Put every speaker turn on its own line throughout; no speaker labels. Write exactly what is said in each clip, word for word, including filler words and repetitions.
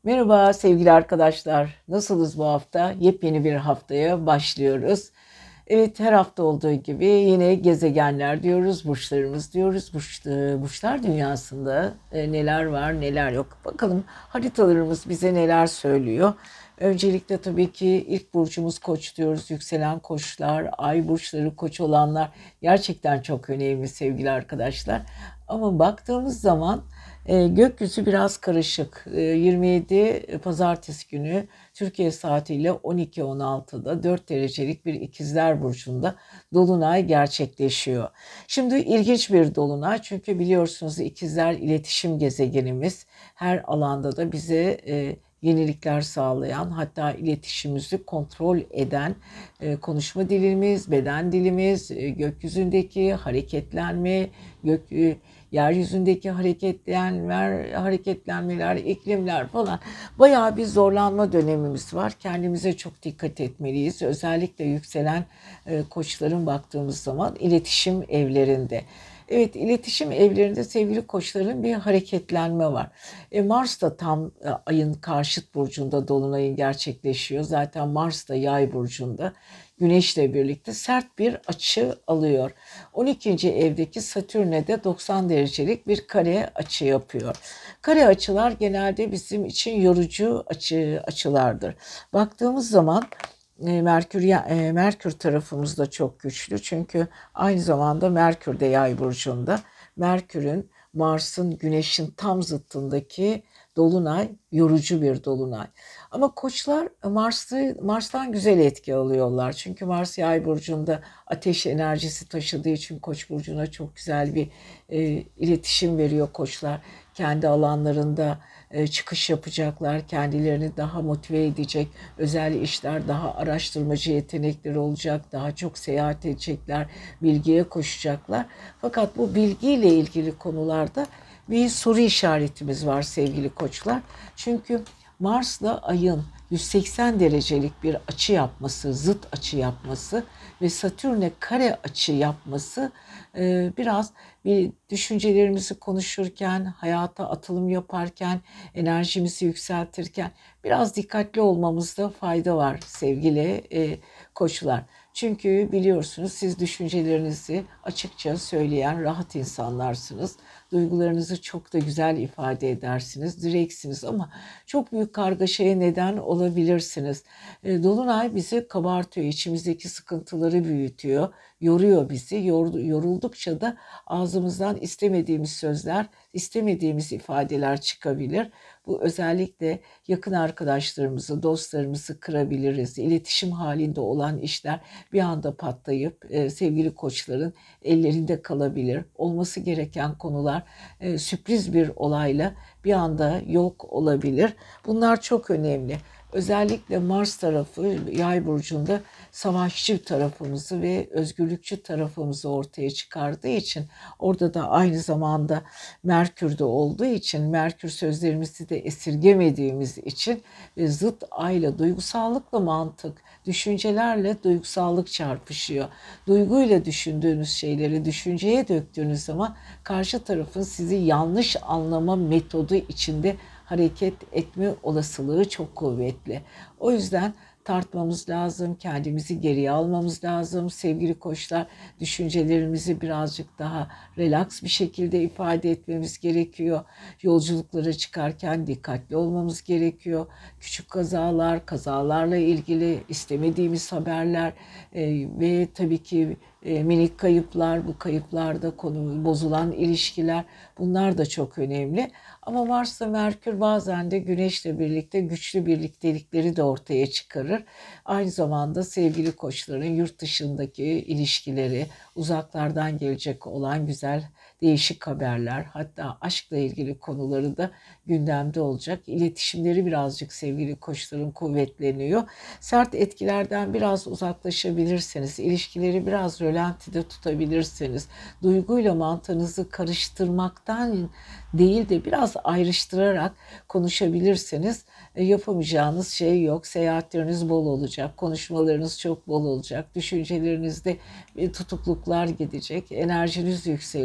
Merhaba sevgili arkadaşlar. Nasılsınız bu hafta? Yepyeni bir haftaya başlıyoruz. Evet, her hafta olduğu gibi yine gezegenler diyoruz, burçlarımız diyoruz. Burç, e, burçlar dünyasında e, neler var, neler yok. Bakalım haritalarımız bize neler söylüyor. Öncelikle tabii ki ilk burcumuz Koç diyoruz. Yükselen Koçlar, ay burçları Koç olanlar gerçekten çok önemli sevgili arkadaşlar. Ama baktığımız zaman e, gökyüzü biraz karışık. E, yirmi yedi Pazartesi günü Türkiye saatiyle on iki on altıda dört derecelik bir İkizler Burcu'nda Dolunay gerçekleşiyor. Şimdi ilginç bir Dolunay, çünkü biliyorsunuz İkizler iletişim gezegenimiz. Her alanda da bize e, yenilikler sağlayan, hatta iletişimimizi kontrol eden e, konuşma dilimiz, beden dilimiz, e, gökyüzündeki hareketlenme, gök, e, yeryüzündeki hareketlenmeler, hareketlenmeler, iklimler falan, bayağı bir zorlanma dönemimiz var. Kendimize çok dikkat etmeliyiz. Özellikle yükselen e, koçların baktığımız zaman iletişim evlerinde. Evet, iletişim evlerinde sevgili koçların bir hareketlenme var. E, Mars da tam e, ayın karşıt burcunda dolunayın gerçekleşiyor. Zaten Mars da yay burcunda. Güneşle birlikte sert bir açı alıyor. on ikinci evdeki Satürn'e de doksan derecelik bir kare açı yapıyor. Kare açılar genelde bizim için yorucu açı açılardır. Baktığımız zaman e, Merkür e, Merkür tarafımız da çok güçlü. Çünkü aynı zamanda Merkür de Yay burcunda. Merkür'ün, Mars'ın, Güneş'in tam zıttındaki dolunay yorucu bir dolunay. Ama koçlar Mars'ı Mars'tan güzel etki alıyorlar. Çünkü Mars Yay burcunda ateş enerjisi taşıdığı için Koç burcuna çok güzel bir e, iletişim veriyor koçlar. Kendi alanlarında e, çıkış yapacaklar, kendilerini daha motive edecek özel işler, daha araştırmacı yetenekleri olacak, daha çok seyahat edecekler, bilgiye koşacaklar. Fakat bu bilgiyle ilgili konularda bir soru işaretimiz var sevgili koçlar. Çünkü Mars'la Ay'ın yüz seksen derecelik bir açı yapması, zıt açı yapması ve Satürn'e kare açı yapması e, biraz bir düşüncelerimizi konuşurken, hayata atılım yaparken, enerjimizi yükseltirken biraz dikkatli olmamızda fayda var sevgili e, koçlar. Çünkü biliyorsunuz, siz düşüncelerinizi açıkça söyleyen rahat insanlarsınız. Duygularınızı çok da güzel ifade edersiniz, direksiniz, ama çok büyük kargaşaya neden olabilirsiniz. E, Dolunay bizi kabartıyor, içimizdeki sıkıntıları büyütüyor, yoruyor bizi. Yor, yoruldukça da ağzımızdan istemediğimiz sözler, istemediğimiz ifadeler çıkabilir. Bu özellikle yakın arkadaşlarımızı, dostlarımızı kırabiliriz. İletişim halinde olan işler bir anda patlayıp e, sevgili koçların ellerinde kalabilir. Olması gereken konular e, sürpriz bir olayla bir anda yok olabilir. Bunlar çok önemli. Özellikle Mars tarafı Yay burcunda savaşçı tarafımızı ve özgürlükçü tarafımızı ortaya çıkardığı için, orada da aynı zamanda Merkür de olduğu için, Merkür sözlerimizi de esirgemediğimiz için ve zıt ayla duygusallıkla mantık, düşüncelerle duygusallık çarpışıyor. Duyguyla düşündüğünüz şeyleri düşünceye döktüğünüz zaman karşı tarafın sizi yanlış anlama metodu içinde hareket etme olasılığı çok kuvvetli. O yüzden tartmamız lazım, kendimizi geriye almamız lazım. Sevgili koçlar, düşüncelerimizi birazcık daha relax bir şekilde ifade etmemiz gerekiyor. Yolculuklara çıkarken dikkatli olmamız gerekiyor. Küçük kazalar, kazalarla ilgili istemediğimiz haberler e, ve tabii ki e, minik kayıplar, bu kayıplarda konu bozulan ilişkiler, bunlar da çok önemli. Ama Mars'la Merkür bazen de Güneş'le birlikte güçlü birliktelikleri de ortaya çıkarır. Aynı zamanda sevgili koçların yurt dışındaki ilişkileri, uzaklardan gelecek olan güzel değişik haberler, hatta aşkla ilgili konuları da gündemde olacak. İletişimleri birazcık sevgili koçların kuvvetleniyor. Sert etkilerden biraz uzaklaşabilirseniz, ilişkileri biraz rölantide tutabilirseniz, duyguyla mantığınızı karıştırmaktan değil de biraz ayrıştırarak konuşabilirseniz e, yapamayacağınız şey yok. Seyahatleriniz bol olacak, konuşmalarınız çok bol olacak, düşüncelerinizde e, tutukluklar gidecek, enerjiniz yükselecek.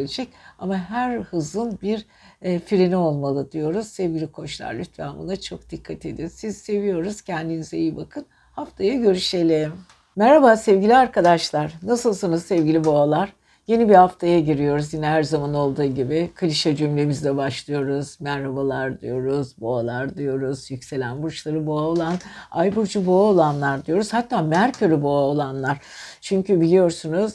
Ama her hızın bir e, freni olmalı diyoruz. Sevgili koçlar, lütfen buna çok dikkat edin. Siz seviyoruz. Kendinize iyi bakın. Haftaya görüşelim. Merhaba sevgili arkadaşlar. Nasılsınız sevgili boğalar? Yeni bir haftaya giriyoruz. Yine her zaman olduğu gibi klişe cümlemizle başlıyoruz. Merhabalar diyoruz, boğalar diyoruz. Yükselen burçları boğa olan, ay burcu boğa olanlar diyoruz. Hatta Merkür'ü boğa olanlar. Çünkü biliyorsunuz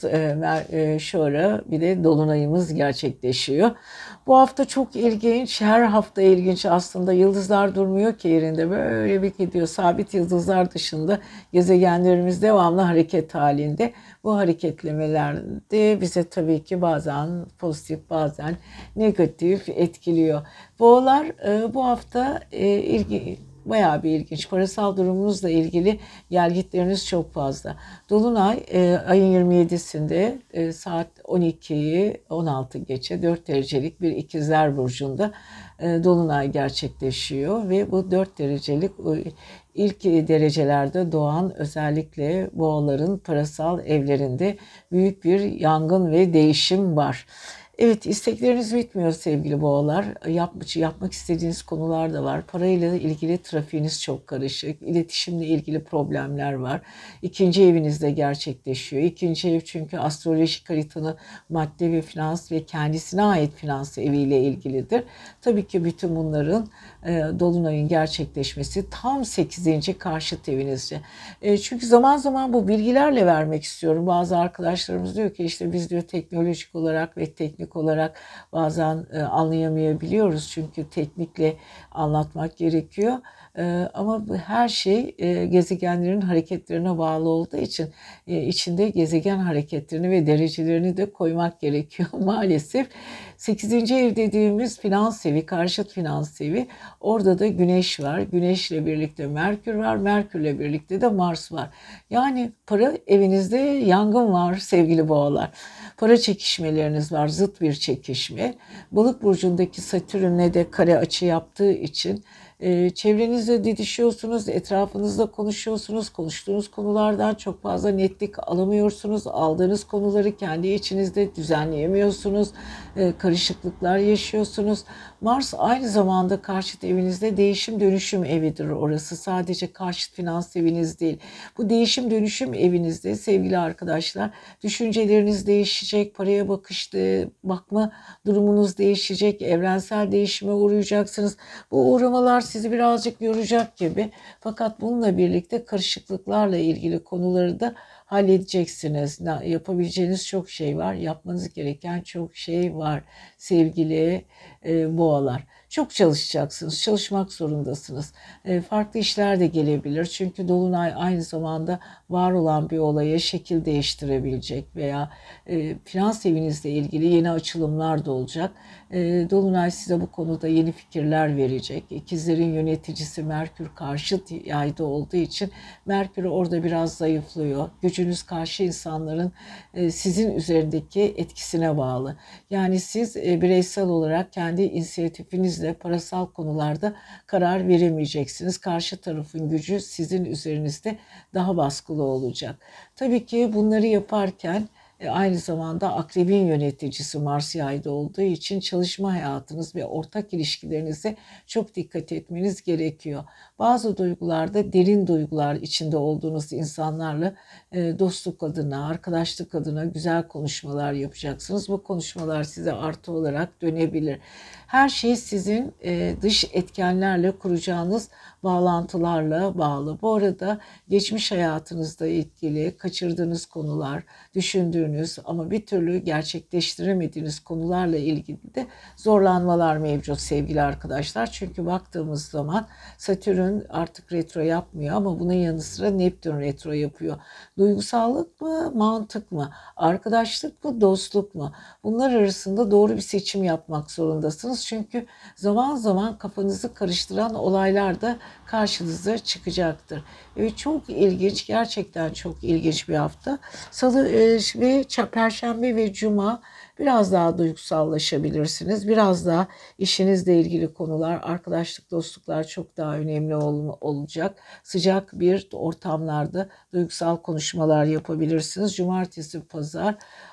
şu ara bir de dolunayımız gerçekleşiyor. Bu hafta çok ilginç. Her hafta ilginç aslında. Yıldızlar durmuyor ki yerinde. Böyle bir gidiyor. Sabit yıldızlar dışında gezegenlerimiz devamlı hareket halinde. Bu hareketlemelerde bize tabii ki bazen pozitif bazen negatif etkiliyor. Boğalar bu hafta ilgi bayağı bir ilginç. Parasal durumunuzla ilgili gelgitleriniz çok fazla. Dolunay e, ayın yirmi yedisinde e, saat on ikiyi on altı geçe dört derecelik bir ikizler burcunda e, Dolunay gerçekleşiyor ve bu dört derecelik e, ilk derecelerde doğan özellikle boğaların parasal evlerinde büyük bir yangın ve değişim var. Evet, istekleriniz bitmiyor sevgili boğalar. Yap, yapmak istediğiniz konular da var. Parayla ilgili trafiğiniz çok karışık. İletişimle ilgili problemler var. İkinci evinizde gerçekleşiyor. İkinci ev çünkü astrolojik haritanın madde ve finans ve kendisine ait finans eviyle ilgilidir. Tabii ki bütün bunların e, dolunayın gerçekleşmesi tam sekizinci karşıt evinizce. E, çünkü zaman zaman bu bilgilerle vermek istiyorum. Bazı arkadaşlarımız diyor ki işte biz diyor teknolojik olarak ve teknik olarak bazen e, anlayamayabiliyoruz çünkü teknikle anlatmak gerekiyor. E, ama her şey e, gezegenlerin hareketlerine bağlı olduğu için e, içinde gezegen hareketlerini ve derecelerini de koymak gerekiyor maalesef. sekizinci ev dediğimiz finans evi, karşıt finans evi. Orada da Güneş var. Güneş'le birlikte Merkür var. Merkür'le birlikte de Mars var. Yani para evinizde yangın var sevgili boğalar. Para çekişmeleriniz var, zıt bir çekişme. Balık burcundaki Satürn'le de kare açı yaptığı için e, çevrenizle didişiyorsunuz, etrafınızda konuşuyorsunuz, konuştuğunuz konulardan çok fazla netlik alamıyorsunuz, aldığınız konuları kendi içinizde düzenleyemiyorsunuz, e, karışıklıklar yaşıyorsunuz. Mars aynı zamanda karşıt evinizde değişim dönüşüm evidir orası. Sadece karşıt finans eviniz değil. Bu değişim dönüşüm evinizde sevgili arkadaşlar düşünceleriniz değişecek, paraya bakışlı, bakma durumunuz değişecek, evrensel değişime uğrayacaksınız. Bu uğramalar sizi birazcık yoracak gibi. Fakat bununla birlikte karışıklıklarla ilgili konuları da halledeceksiniz. Yapabileceğiniz çok şey var. Yapmanız gereken çok şey var sevgili e, boğalar. Çok çalışacaksınız. Çalışmak zorundasınız. E, farklı işler de gelebilir. Çünkü Dolunay aynı zamanda var olan bir olaya şekil değiştirebilecek veya e, finans evinizle ilgili yeni açılımlar da olacak. E, Dolunay size bu konuda yeni fikirler verecek. İkizlerin yöneticisi Merkür karşıt yayda olduğu için Merkür orada biraz zayıflıyor. Gücünüz karşı insanların e, sizin üzerindeki etkisine bağlı. Yani siz e, bireysel olarak kendi inisiyatifinizle parasal konularda karar veremeyeceksiniz. Karşı tarafın gücü sizin üzerinizde daha baskılı olacak. Tabii ki bunları yaparken aynı zamanda akrebin yöneticisi Mars yayda olduğu için çalışma hayatınız ve ortak ilişkilerinize çok dikkat etmeniz gerekiyor. Bazı duygularda derin duygular içinde olduğunuz insanlarla dostluk adına, arkadaşlık adına güzel konuşmalar yapacaksınız. Bu konuşmalar size artı olarak dönebilir. Her şey sizin dış etkenlerle kuracağınız bağlantılarla bağlı. Bu arada geçmiş hayatınızda etkili, kaçırdığınız konular, düşündüğünüz ama bir türlü gerçekleştiremediğiniz konularla ilgili de zorlanmalar mevcut sevgili arkadaşlar. Çünkü baktığımız zaman Satürn artık retro yapmıyor ama bunun yanı sıra Neptün retro yapıyor. Duygusallık mı, mantık mı, arkadaşlık mı, dostluk mu? Bunlar arasında doğru bir seçim yapmak zorundasınız. Çünkü zaman zaman kafanızı karıştıran olaylar da karşınıza çıkacaktır. Evet, çok ilginç, gerçekten çok ilginç bir hafta. Salı e, ve Perşembe ve Cuma biraz daha duygusallaşabilirsiniz. Biraz daha işinizle ilgili konular, arkadaşlık, dostluklar çok daha önemli ol, olacak. Sıcak bir ortamlarda duygusal konuşmalar yapabilirsiniz. Cumartesi, pazar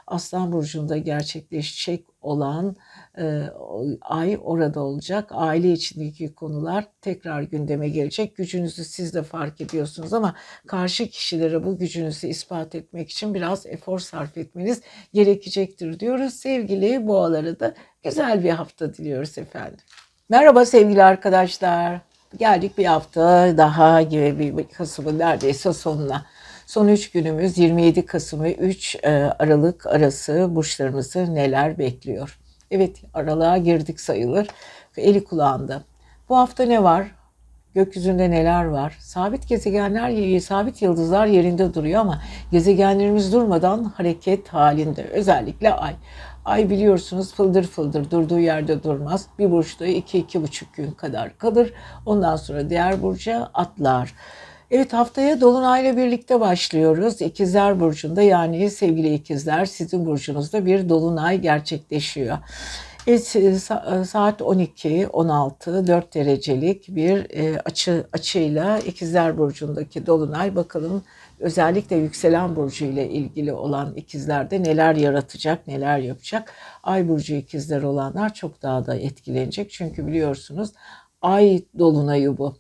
Aslan Burcu'nda gerçekleşecek olan e, ay orada olacak. Aile içindeki konular tekrar gündeme gelecek. Gücünüzü siz de fark ediyorsunuz ama karşı kişilere bu gücünüzü ispat etmek için biraz efor sarf etmeniz gerekecektir diyoruz. Sevgili boğalara da güzel bir hafta diliyoruz efendim. Merhaba sevgili arkadaşlar. Geldik bir hafta daha gibi bir Kasım'ın neredeyse sonuna. Son üç günümüz yirmi yedi Kasım ve üç Aralık arası burçlarımızı neler bekliyor? Evet, aralığa girdik sayılır. Eli kulağında. Bu hafta ne var? Gökyüzünde neler var? Sabit gezegenler, sabit yıldızlar yerinde duruyor ama gezegenlerimiz durmadan hareket halinde. Özellikle ay. Ay biliyorsunuz fıldır fıldır durduğu yerde durmaz. Bir burçta iki iki buçuk gün kadar kalır. Ondan sonra diğer burca atlar. Evet, haftaya Dolunay'la birlikte başlıyoruz. İkizler Burcu'nda, yani sevgili ikizler, sizin burcunuzda bir Dolunay gerçekleşiyor. Evet, saat on iki on altı dört derecelik bir açı açıyla İkizler Burcu'ndaki Dolunay, bakalım özellikle yükselen burcu ile ilgili olan ikizlerde neler yaratacak, neler yapacak. Ay burcu ikizler olanlar çok daha da etkilenecek. Çünkü biliyorsunuz ay dolunayı bu.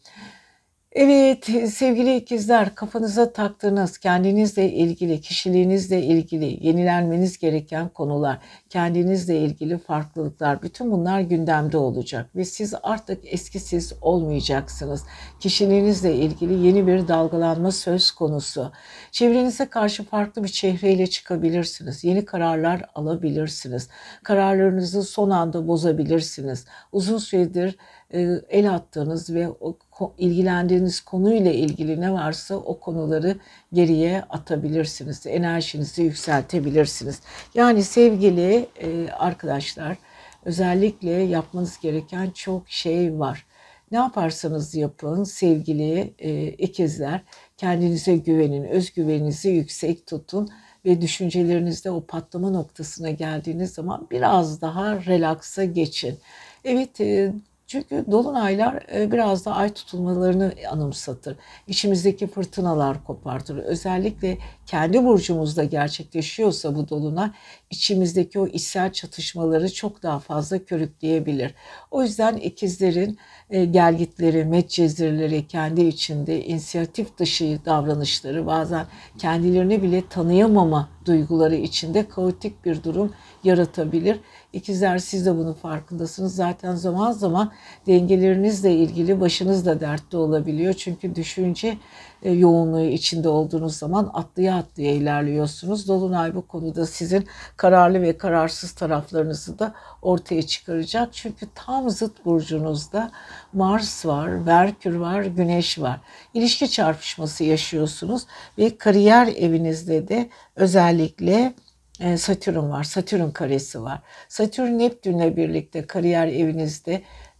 Evet sevgili ikizler, kafanıza taktığınız, kendinizle ilgili, kişiliğinizle ilgili yenilenmeniz gereken konular, kendinizle ilgili farklılıklar, bütün bunlar gündemde olacak ve siz artık eskisiz olmayacaksınız. Kişiliğinizle ilgili yeni bir dalgalanma söz konusu. Çevrenize karşı farklı bir çehreyle çıkabilirsiniz. Yeni kararlar alabilirsiniz. Kararlarınızı son anda bozabilirsiniz. Uzun süredir el attığınız ve o ilgilendiğiniz konuyla ilgili ne varsa o konuları geriye atabilirsiniz. Enerjinizi yükseltebilirsiniz. Yani sevgili arkadaşlar, özellikle yapmanız gereken çok şey var. Ne yaparsanız yapın sevgili ikizler, kendinize güvenin, özgüveninizi yüksek tutun ve düşüncelerinizde o patlama noktasına geldiğiniz zaman biraz daha relaksa geçin. Evet, çünkü dolunaylar biraz da ay tutulmalarını anımsatır. İçimizdeki fırtınalar kopartır. Özellikle kendi burcumuzda gerçekleşiyorsa bu dolunay, içimizdeki o içsel çatışmaları çok daha fazla körükleyebilir. O yüzden ikizlerin gelgitleri, metcezirleri, kendi içinde inisiyatif dışı davranışları, bazen kendilerini bile tanıyamama duyguları içinde kaotik bir durum yaratabilir. İkizler, siz de bunun farkındasınız. Zaten zaman zaman dengelerinizle ilgili başınız da dertte olabiliyor. Çünkü düşünce yoğunluğu içinde olduğunuz zaman atlaya atlaya ilerliyorsunuz. Dolunay bu konuda sizin kararlı ve kararsız taraflarınızı da ortaya çıkaracak. Çünkü tam zıt burcunuzda Mars var, Merkür var, Güneş var. İlişki çarpışması yaşıyorsunuz ve kariyer evinizde de özellikle Satürn var. Satürn karesi var. Satürn Neptün'le birlikte kariyer evinizde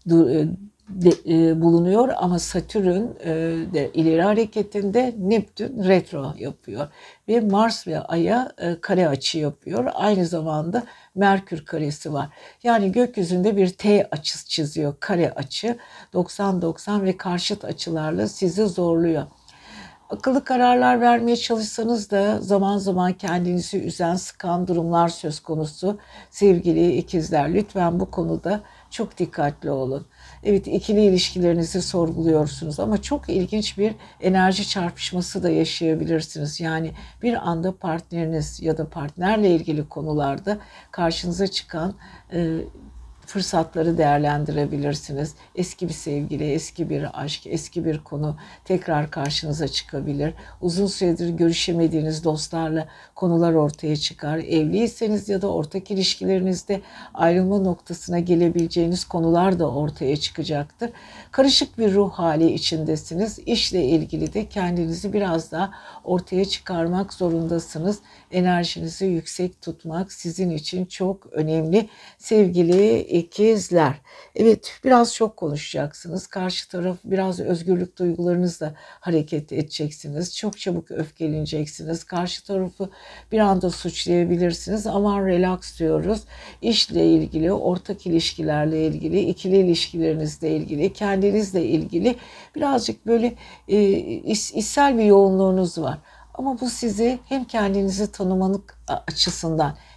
bulunuyor ama Satürn de ileri hareketinde, Neptün retro yapıyor ve Mars ve Ay'a kare açı yapıyor. Aynı zamanda Merkür karesi var. Yani gökyüzünde bir T açısı çiziyor, kare açı doksan doksan ve karşıt açılarla sizi zorluyor. Akıllı kararlar vermeye çalışsanız da zaman zaman kendinizi üzen, sıkan durumlar söz konusu. Sevgili ikizler, lütfen bu konuda çok dikkatli olun. Evet, ikili ilişkilerinizi sorguluyorsunuz ama çok ilginç bir enerji çarpışması da yaşayabilirsiniz. Yani bir anda partneriniz ya da partnerle ilgili konularda karşınıza çıkan e, fırsatları değerlendirebilirsiniz. Eski bir sevgili, eski bir aşk, eski bir konu tekrar karşınıza çıkabilir. Uzun süredir görüşemediğiniz dostlarla konular ortaya çıkar. Evliyseniz ya da ortak ilişkilerinizde ayrılma noktasına gelebileceğiniz konular da ortaya çıkacaktır. Karışık bir ruh hali içindesiniz. İşle ilgili de kendinizi biraz daha ortaya çıkarmak zorundasınız. Enerjinizi yüksek tutmak sizin için çok önemli sevgili ikizler. Evet, biraz çok konuşacaksınız. Karşı taraf, biraz özgürlük duygularınızla hareket edeceksiniz. Çok çabuk öfkeleneceksiniz. Karşı tarafı bir anda suçlayabilirsiniz. Aman relax diyoruz. İşle ilgili, ortak ilişkilerle ilgili, ikili ilişkilerinizle ilgili, kendinizle ilgili birazcık böyle e, içsel bir yoğunluğunuz var. Ama bu sizi hem kendinizi tanımanın açısından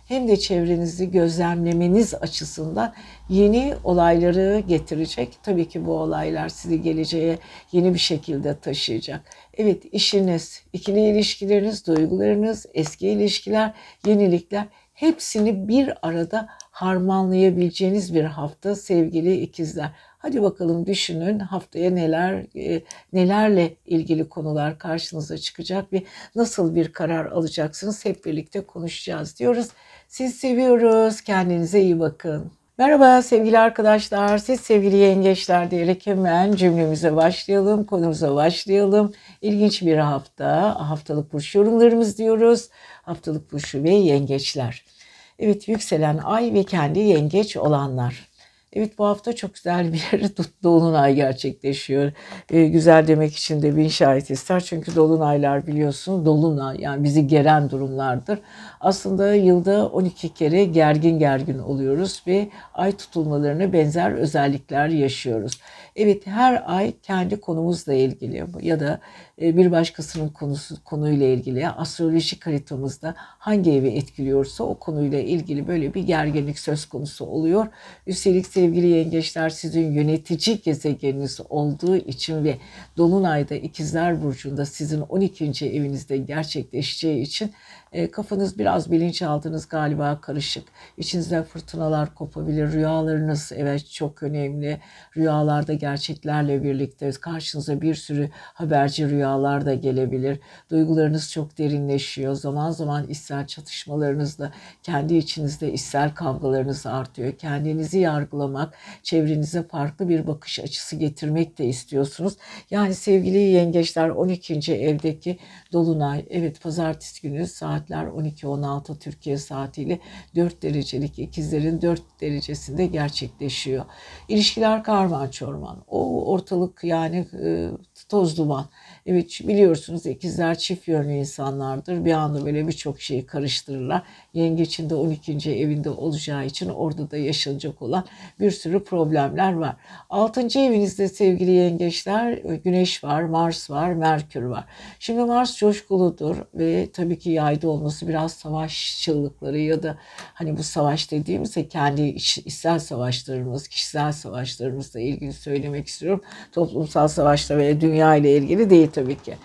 hem de çevrenizi gözlemlemeniz açısından yeni olayları getirecek. Tabii ki bu olaylar sizi geleceğe yeni bir şekilde taşıyacak. Evet, işiniz, ikili ilişkileriniz, duygularınız, eski ilişkiler, yenilikler hepsini bir arada harmanlayabileceğiniz bir hafta sevgili ikizler. Hadi bakalım düşünün haftaya neler nelerle ilgili konular karşınıza çıkacak ve nasıl bir karar alacaksınız hep birlikte konuşacağız diyoruz. Siz seviyoruz. Kendinize iyi bakın. Merhaba sevgili arkadaşlar, siz sevgili yengeçler diyerek hemen cümlemize başlayalım, konumuza başlayalım. İlginç bir hafta, haftalık burç yorumlarımız diyoruz. Haftalık burcu ve yengeçler. Evet, yükselen ay ve kendi yengeç olanlar. Evet, bu hafta çok güzel bir dolunay gerçekleşiyor. Ee, güzel demek için de bin şahit ister. Çünkü dolunaylar biliyorsun dolunay yani bizi geren durumlardır. Aslında yılda on iki kere gergin gergin oluyoruz ve ay tutulmalarına benzer özellikler yaşıyoruz. Evet, her ay kendi konumuzla ilgili ya da bir başkasının konusu konuyla ilgili astrolojik haritamızda hangi evi etkiliyorsa o konuyla ilgili böyle bir gerginlik söz konusu oluyor. Üstelik sevgili yengeçler sizin yönetici gezegeniniz olduğu için ve dolunayda ikizler burcunda sizin on ikinci evinizde gerçekleşeceği için e, kafanız biraz bilinçaltınız galiba karışık. İçinizde fırtınalar kopabilir. Rüyalarınız evet çok önemli. Rüyalarda gerçeklerle birlikte karşınıza bir sürü haberci rüyalar da gelebilir. Duygularınız çok derinleşiyor. Zaman zaman içsel çatışmalarınızla kendi içinizde içsel kavgalarınız artıyor. Kendinizi yargılamak, çevrenize farklı bir bakış açısı getirmek de istiyorsunuz. Yani sevgili yengeçler on ikinci evdeki dolunay evet pazartesi günü saatler on iki on altı Türkiye saatiyle dört derecelik ikizlerin dört derecesinde gerçekleşiyor. İlişkiler karman çorman. O ortalık yani e, toz duman. Evet biliyorsunuz ikizler çift yönlü insanlardır. Bir anda böyle birçok şeyi karıştırırlar. Yengeçin de on ikinci evinde olacağı için orada da yaşanacak olan bir sürü problemler var. altıncı evinizde sevgili yengeçler Güneş var, Mars var, Merkür var. Şimdi Mars coşkuludur ve tabii ki yayda olması biraz savaş çığlıkları ya da hani bu savaş dediğimizde kendi iç, içsel savaşlarımız, kişisel savaşlarımızla ilgili söylemek istiyorum. Toplumsal savaşla ve dünya ile ilgili değil tabii ki.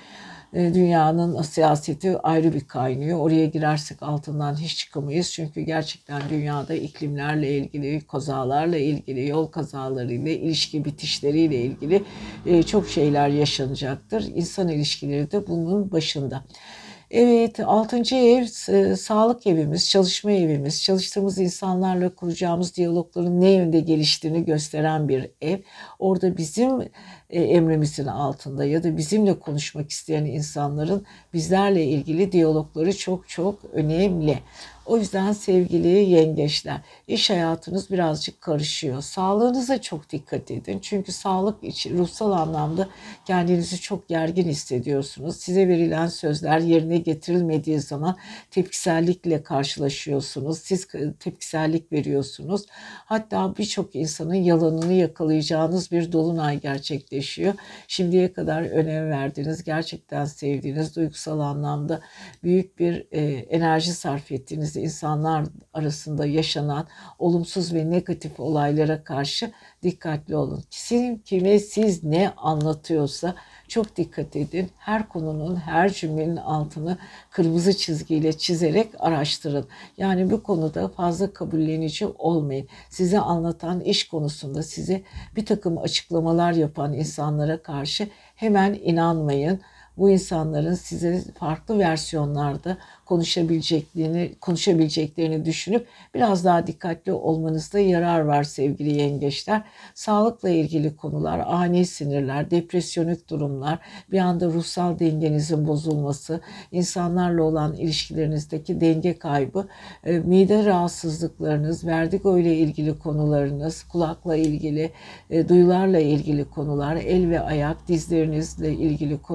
Dünyanın siyaseti ayrı bir kaynıyor. Oraya girersek altından hiç çıkamayız. Çünkü gerçekten dünyada iklimlerle ilgili, kazalarla ilgili, yol kazalarıyla, ilişki bitişleriyle ilgili çok şeyler yaşanacaktır. İnsan ilişkileri de bunun başında. Evet, altıncı ev sağlık evimiz, çalışma evimiz, çalıştığımız insanlarla kuracağımız diyalogların ne yönde geliştiğini gösteren bir ev. Orada bizim emrimizin altında ya da bizimle konuşmak isteyen insanların bizlerle ilgili diyalogları çok çok önemli. O yüzden sevgili yengeçler, iş hayatınız birazcık karışıyor. Sağlığınıza çok dikkat edin. Çünkü sağlık için ruhsal anlamda kendinizi çok gergin hissediyorsunuz. Size verilen sözler yerine getirilmediği zaman tepkisellikle karşılaşıyorsunuz. Siz tepkisellik veriyorsunuz. Hatta birçok insanın yalanını yakalayacağınız bir dolunay gerçekleşiyor. Şimdiye kadar önem verdiğiniz, gerçekten sevdiğiniz, duygusal anlamda büyük bir e, enerji sarf ettiğiniz insanlar arasında yaşanan olumsuz ve negatif olaylara karşı dikkatli olun. Kim kime siz ne anlatıyorsa çok dikkat edin. Her konunun, her cümlenin altını kırmızı çizgiyle çizerek araştırın. Yani bu konuda fazla kabullenici olmayın. Size anlatan iş konusunda size bir takım açıklamalar yapan insanlara karşı hemen inanmayın. Bu insanların size farklı versiyonlarda konuşabileceklerini, konuşabileceklerini düşünüp biraz daha dikkatli olmanızda yarar var sevgili yengeçler. Sağlıkla ilgili konular, ani sinirler, depresyonik durumlar, bir anda ruhsal dengenizin bozulması, insanlarla olan ilişkilerinizdeki denge kaybı, e, mide rahatsızlıklarınız, vertigo ile ilgili konularınız, kulakla ilgili, e, duyularla ilgili konular, el ve ayak, dizlerinizle ilgili konular,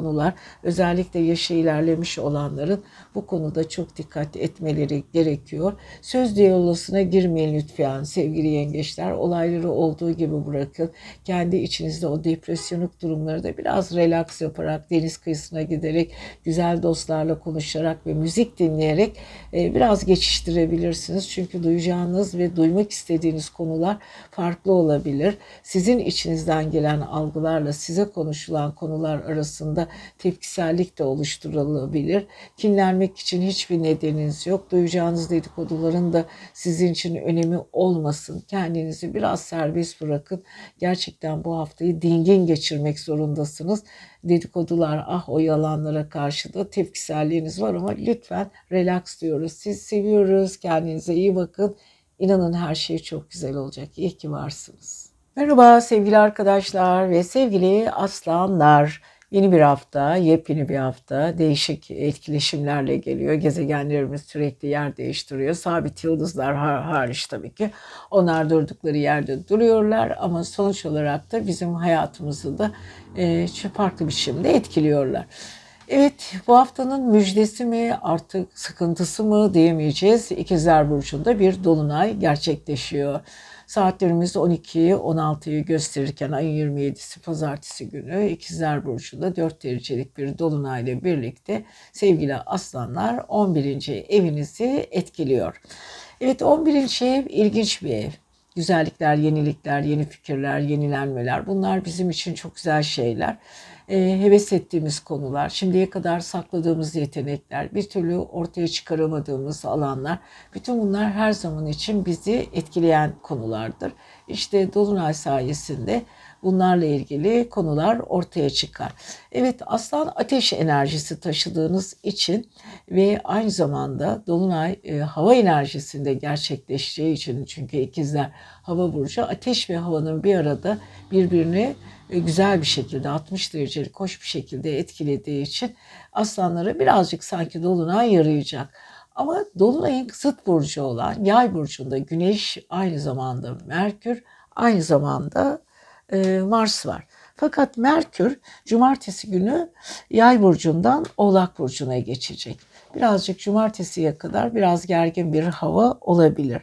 Özellikle yaşı ilerlemiş olanların bu konuda çok dikkat etmeleri gerekiyor. Söz diyaloguna girmeyin lütfen sevgili yengeçler. Olayları olduğu gibi bırakın. Kendi içinizde o depresyonik durumları da biraz relax yaparak, deniz kıyısına giderek, güzel dostlarla konuşarak ve müzik dinleyerek e, biraz geçiştirebilirsiniz. Çünkü duyacağınız ve duymak istediğiniz konular farklı olabilir. Sizin içinizden gelen algılarla size konuşulan konular arasında tepkisellik de oluşturulabilir. Kinlenmek için hiçbir nedeniniz yok. Duyacağınız dedikoduların da sizin için önemi olmasın. Kendinizi biraz serbest bırakın. Gerçekten bu haftayı dingin geçirmek zorundasınız. Dedikodular, ah o yalanlara karşı da tepkiselliğiniz var ama lütfen relax diyoruz. Siz seviyoruz. Kendinize iyi bakın. İnanın her şey çok güzel olacak. İyi ki varsınız. Merhaba sevgili arkadaşlar ve sevgili aslanlar. Yeni bir hafta, yepyeni bir hafta, değişik etkileşimlerle geliyor. Gezegenlerimiz sürekli yer değiştiriyor. Sabit yıldızlar hariç tabii ki. Onlar durdukları yerde duruyorlar ama sonuç olarak da bizim hayatımızı da e, farklı biçimde etkiliyorlar. Evet, bu haftanın müjdesi mi artık sıkıntısı mı diyemeyeceğiz. İkizler Burcu'nda bir dolunay gerçekleşiyor. Saatlerimiz on ikiyi on altıyı gösterirken ayın yirmi yedisi pazartesi günü İkizler Burcu'nda dört derecelik bir dolunayla birlikte sevgili aslanlar on birinci evinizi etkiliyor. Evet, on birinci ev ilginç bir ev. Güzellikler, yenilikler, yeni fikirler, yenilenmeler, bunlar bizim için çok güzel şeyler. E, heves ettiğimiz konular, şimdiye kadar sakladığımız yetenekler, bir türlü ortaya çıkaramadığımız alanlar, bütün bunlar her zaman için bizi etkileyen konulardır. İşte dolunay sayesinde bunlarla ilgili konular ortaya çıkar. Evet, aslan ateş enerjisi taşıdığınız için ve aynı zamanda dolunay e, hava enerjisinde gerçekleşeceği için, çünkü ikizler hava burcu, ateş ve havanın bir arada birbirini güzel bir şekilde altmış derecelik hoş bir şekilde etkilediği için aslanlara birazcık sanki dolunay yarayacak. Ama dolunayın zıt burcu olan Yay burcunda Güneş, aynı zamanda Merkür, aynı zamanda e, Mars var. Fakat Merkür cumartesi günü Yay burcundan Oğlak burcuna geçecek. Birazcık cumartesiye kadar biraz gergin bir hava olabilir.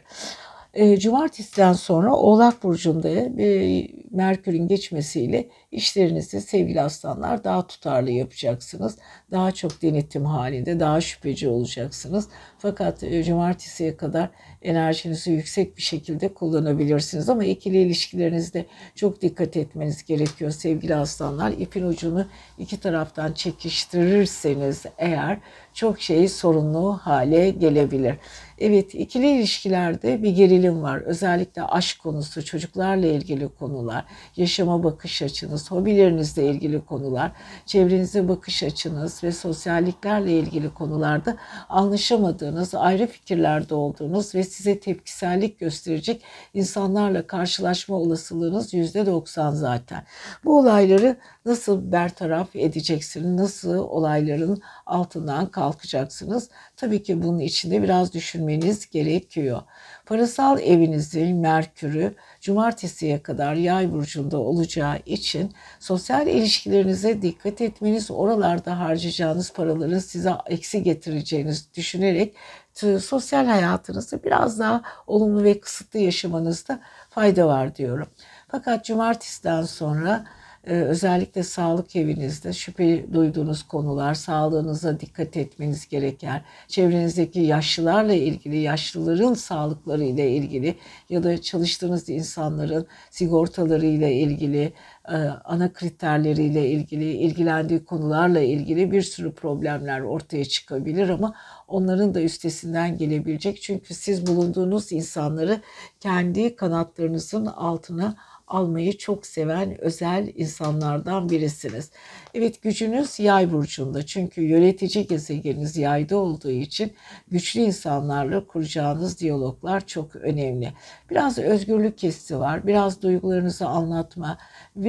E, cumartesiden sonra Oğlak Burcu'nda e, Merkür'ün geçmesiyle işlerinizi sevgili aslanlar daha tutarlı yapacaksınız. Daha çok denetim halinde, daha şüpheci olacaksınız. Fakat e, cumartesiye kadar enerjinizi yüksek bir şekilde kullanabilirsiniz. Ama ikili ilişkilerinizde çok dikkat etmeniz gerekiyor sevgili aslanlar. İpin ucunu iki taraftan çekiştirirseniz eğer çok şey sorunlu hale gelebilir. Evet, ikili ilişkilerde bir gerilim var. Özellikle aşk konusu, çocuklarla ilgili konular, yaşama bakış açınız, hobilerinizle ilgili konular, çevrenize bakış açınız ve sosyalliklerle ilgili konularda anlaşamadığınız, ayrı fikirlerde olduğunuz ve size tepkisellik gösterecek insanlarla karşılaşma olasılığınız yüzde doksan zaten. Bu olayları nasıl bertaraf edeceksiniz, nasıl olayların altından kalkacaksınız? Tabii ki bunun içinde biraz düşünmeniz gerekiyor. Parasal evinizin Merkür'ü cumartesiye kadar Yay burcunda olacağı için sosyal ilişkilerinize dikkat etmeniz, oralarda harcayacağınız paraların size eksi getireceğini düşünerek sosyal hayatınızı biraz daha olumlu ve kısıtlı yaşamanızda fayda var diyorum. Fakat cumartesiden sonra özellikle sağlık evinizde şüphe duyduğunuz konular, sağlığınıza dikkat etmeniz gereker. Çevrenizdeki yaşlılarla ilgili, yaşlıların sağlıkları ile ilgili ya da çalıştığınız insanların sigortaları ile ilgili, ana kriterleriyle ilgili, ilgilendiği konularla ilgili bir sürü problemler ortaya çıkabilir ama onların da üstesinden gelebilecek. Çünkü siz bulunduğunuz insanları kendi kanatlarınızın altına almayı çok seven özel insanlardan birisiniz. Evet, gücünüz Yay burcunda, çünkü yönetici gezegeniniz Yay'da olduğu için güçlü insanlarla kuracağınız diyaloglar çok önemli. Biraz özgürlük hissi var, biraz duygularınızı anlatma, biraz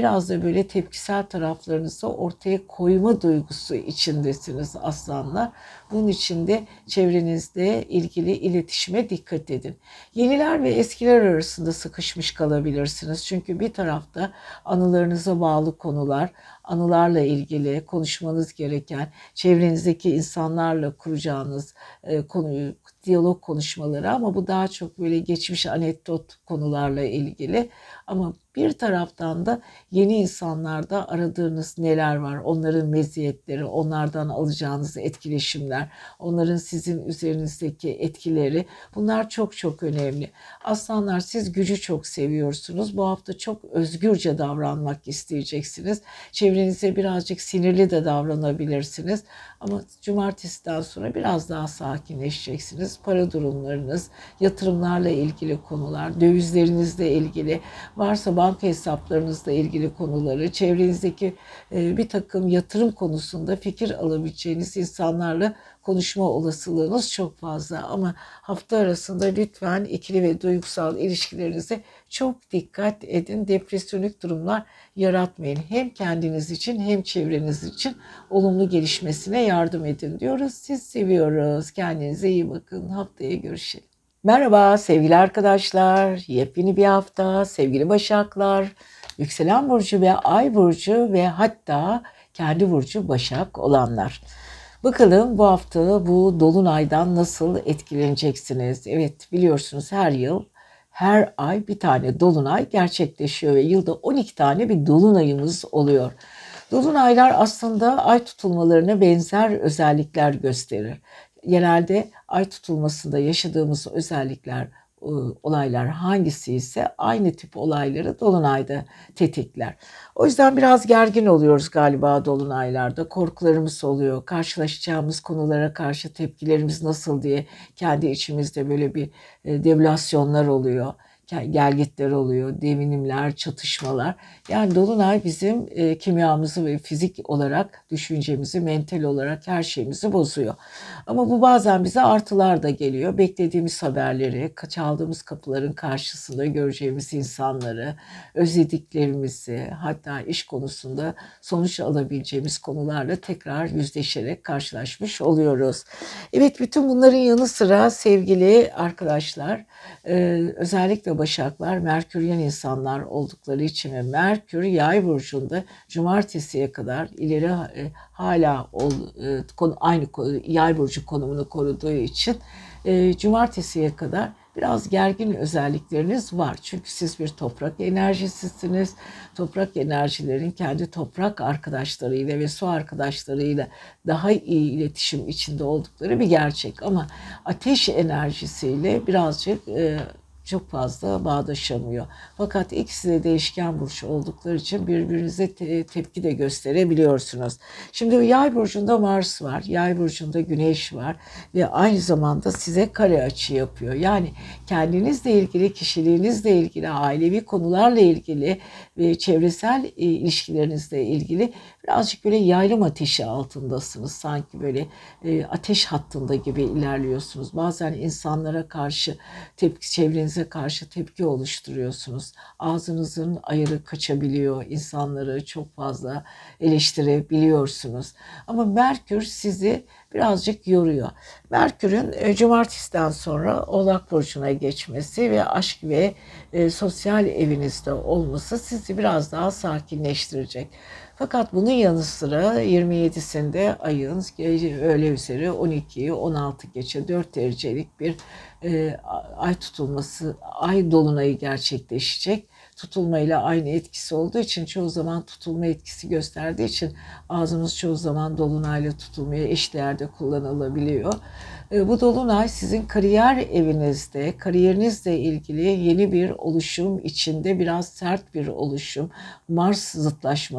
biraz da böyle tepkisel taraflarınızı ortaya koyma duygusu içindesiniz aslanlar. Bunun için de çevrenizde ilgili iletişime dikkat edin. Yeniler ve eskiler arasında sıkışmış kalabilirsiniz. Çünkü bir tarafta anılarınıza bağlı konular, anılarla ilgili konuşmanız gereken, çevrenizdeki insanlarla kuracağınız e, konuyu, diyalog konuşmaları, ama bu daha çok böyle geçmiş anekdot konularla ilgili. Ama bir taraftan da yeni insanlarda aradığınız neler var, onların meziyetleri, onlardan alacağınız etkileşimler, onların sizin üzerinizdeki etkileri, bunlar çok çok önemli. Aslanlar, siz gücü çok seviyorsunuz. Bu hafta çok özgürce davranmak isteyeceksiniz. Çevrenize birazcık sinirli de davranabilirsiniz. Ama cumartesiden sonra biraz daha sakinleşeceksiniz. Para durumlarınız, yatırımlarla ilgili konular, dövizlerinizle ilgili, varsa banka hesaplarınızla ilgili konuları, çevrenizdeki bir takım yatırım konusunda fikir alabileceğiniz insanlarla konuşma olasılığınız çok fazla. Ama hafta arasında lütfen ikili ve duygusal ilişkilerinize çok dikkat edin. Depresyonik durumlar yaratmayın. Hem kendiniz için hem çevreniz için olumlu gelişmesine yardım edin diyoruz. Siz seviyoruz. Kendinize iyi bakın. Haftaya görüşelim. Merhaba sevgili arkadaşlar. Yepyeni bir hafta. Sevgili Başaklar, yükselen burcu ve ay burcu ve hatta kendi burcu Başak olanlar. Bakalım bu hafta bu dolunaydan nasıl etkileneceksiniz? Evet, biliyorsunuz her yıl, her ay bir tane dolunay gerçekleşiyor ve yılda on iki tane bir dolunayımız oluyor. Dolunaylar aslında ay tutulmalarına benzer özellikler gösterir. Genelde ay tutulmasında yaşadığımız özellikler, olaylar hangisi ise aynı tip olayları dolunayda tetikler. O yüzden biraz gergin oluyoruz galiba dolunaylarda. Korkularımız oluyor. Karşılaşacağımız konulara karşı tepkilerimiz nasıl diye kendi içimizde böyle bir devülasyonlar oluyor. Gelgitler oluyor, devinimler, çatışmalar. Yani dolunay bizim e, kimyamızı ve fizik olarak düşüncemizi, mental olarak her şeyimizi bozuyor. Ama bu bazen bize artılar da geliyor. Beklediğimiz haberleri, çaldığımız kapıların karşısında göreceğimiz insanları, özlediklerimizi, hatta iş konusunda sonuç alabileceğimiz konularla tekrar yüzleşerek karşılaşmış oluyoruz. Evet, bütün bunların yanı sıra sevgili arkadaşlar, e, özellikle Başaklar Merküryen insanlar oldukları için ve Merkür Yay burcunda cumartesiye kadar ileri e, hala ol, e, konu, aynı Yay burcu konumunu koruduğu için e, cumartesiye kadar biraz gergin özellikleriniz var. Çünkü siz bir toprak enerjisisiniz. Toprak enerjilerin kendi toprak arkadaşlarıyla ve su arkadaşlarıyla daha iyi iletişim içinde oldukları bir gerçek. Ama ateş enerjisiyle birazcık e, çok fazla bağdaşamıyor. Fakat ikisi de değişken burç oldukları için birbirinize te- tepki de gösterebiliyorsunuz. Şimdi Yay burcunda Mars var, Yay burcunda Güneş var ve aynı zamanda size kare açı yapıyor. Yani kendinizle ilgili, kişiliğinizle ilgili, ailevi konularla ilgili ve çevresel e, ilişkilerinizle ilgili birazcık böyle yaylım ateşi altındasınız. Sanki böyle e, ateş hattında gibi ilerliyorsunuz. Bazen insanlara karşı tepki, çevrenize karşı tepki oluşturuyorsunuz. Ağzınızın ayarı kaçabiliyor. İnsanları çok fazla eleştirebiliyorsunuz. Ama Merkür sizi birazcık yoruyor. Merkür'ün e, cumartesiden sonra Oğlak Burcu'na geçmesi ve aşk ve e, sosyal evinizde olması sizi biraz daha sakinleştirecek. Fakat bunun yanı sıra yirmi yedisinde ayın öğle üzeri on iki on altı geçe dört derecelik bir e, ay tutulması, ay dolunayı gerçekleşecek. Tutulmayla aynı etkisi olduğu için, çoğu zaman tutulma etkisi gösterdiği için ağzımız çoğu zaman dolunayla tutulmaya eşdeğerde kullanılabiliyor. Bu dolunay sizin kariyer evinizde, kariyerinizle ilgili yeni bir oluşum içinde, biraz sert bir oluşum, Mars zıtlaşması var.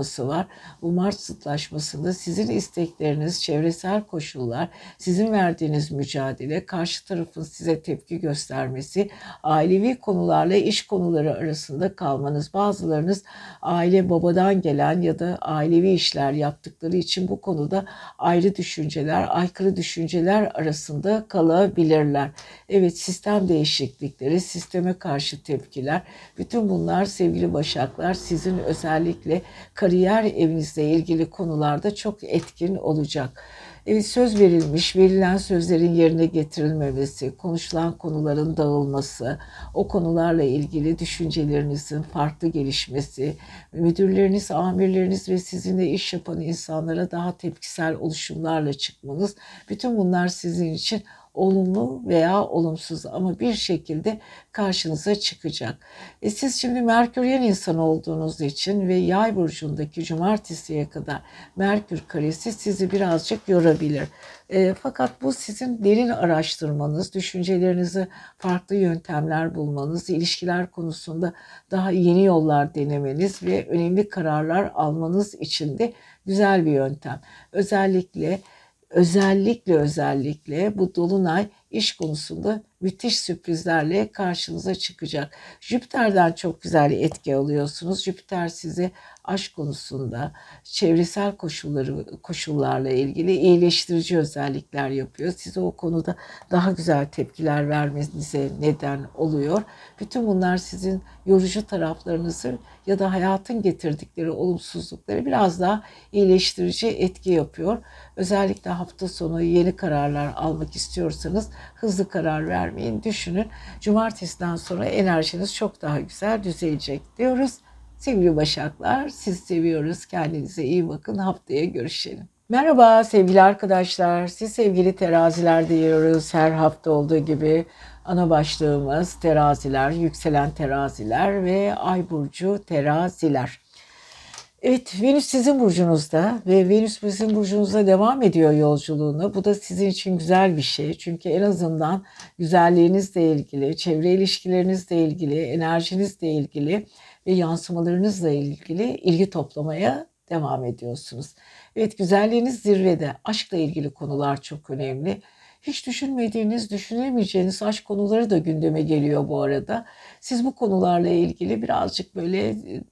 Bu Mars zıtlaşmasında sizin istekleriniz, çevresel koşullar, sizin verdiğiniz mücadele, karşı tarafın size tepki göstermesi, ailevi konularla iş konuları arasında kalmanız, bazılarınız aile babadan gelen ya da ailevi işler yaptıkları için bu konuda ayrı düşünceler, aykırı düşünceler arasında kalabilirler. Evet, sistem değişiklikleri, sisteme karşı tepkiler, bütün bunlar sevgili Başaklar sizin özellikle kariyer evinizle ilgili konularda çok etkin olacak. Evet, söz verilmiş, verilen sözlerin yerine getirilmemesi, konuşulan konuların dağılması, o konularla ilgili düşüncelerinizin farklı gelişmesi, müdürleriniz, amirleriniz ve sizinle iş yapan insanlara daha tepkisel oluşumlarla çıkmanız, bütün bunlar sizin için olumlu veya olumsuz ama bir şekilde karşınıza çıkacak. E siz şimdi Merküryen insan olduğunuz için ve Yay burcundaki cumartesiye kadar Merkür karesi sizi birazcık yorabilir. E, fakat bu sizin derin araştırmanız, düşüncelerinizi farklı yöntemler bulmanız, ilişkiler konusunda daha yeni yollar denemeniz ve önemli kararlar almanız için de güzel bir yöntem. Özellikle Özellikle özellikle bu dolunay iş konusunda müthiş sürprizlerle karşınıza çıkacak. Jüpiter'den çok güzel etki alıyorsunuz. Jüpiter size aşk konusunda, çevresel koşulları koşullarla ilgili iyileştirici özellikler yapıyor. Size o konuda daha güzel tepkiler vermenize neden oluyor. Bütün bunlar sizin yorucu taraflarınızı ya da hayatın getirdikleri olumsuzlukları biraz daha iyileştirici etki yapıyor. Özellikle hafta sonu yeni kararlar almak istiyorsanız hızlı karar vermeyin, düşünün. Cumartesiden sonra enerjiniz çok daha güzel düzelecek diyoruz. Sevgili Başaklar, sizi seviyoruz. Kendinize iyi bakın. Haftaya görüşelim. Merhaba sevgili arkadaşlar. Siz sevgili teraziler diyoruz. Her hafta olduğu gibi ana başlığımız teraziler, yükselen teraziler ve ay burcu teraziler. Evet, Venüs sizin burcunuzda ve Venüs sizin burcunuzda devam ediyor yolculuğunu. Bu da sizin için güzel bir şey. Çünkü en azından güzelliğinizle ilgili, çevre ilişkilerinizle ilgili, enerjinizle ilgili ve yansımalarınızla ilgili ilgi toplamaya devam ediyorsunuz. Evet, güzelliğiniz zirvede. Aşkla ilgili konular çok önemli. Hiç düşünmediğiniz, düşünemeyeceğiniz aşk konuları da gündeme geliyor bu arada. Siz bu konularla ilgili birazcık böyle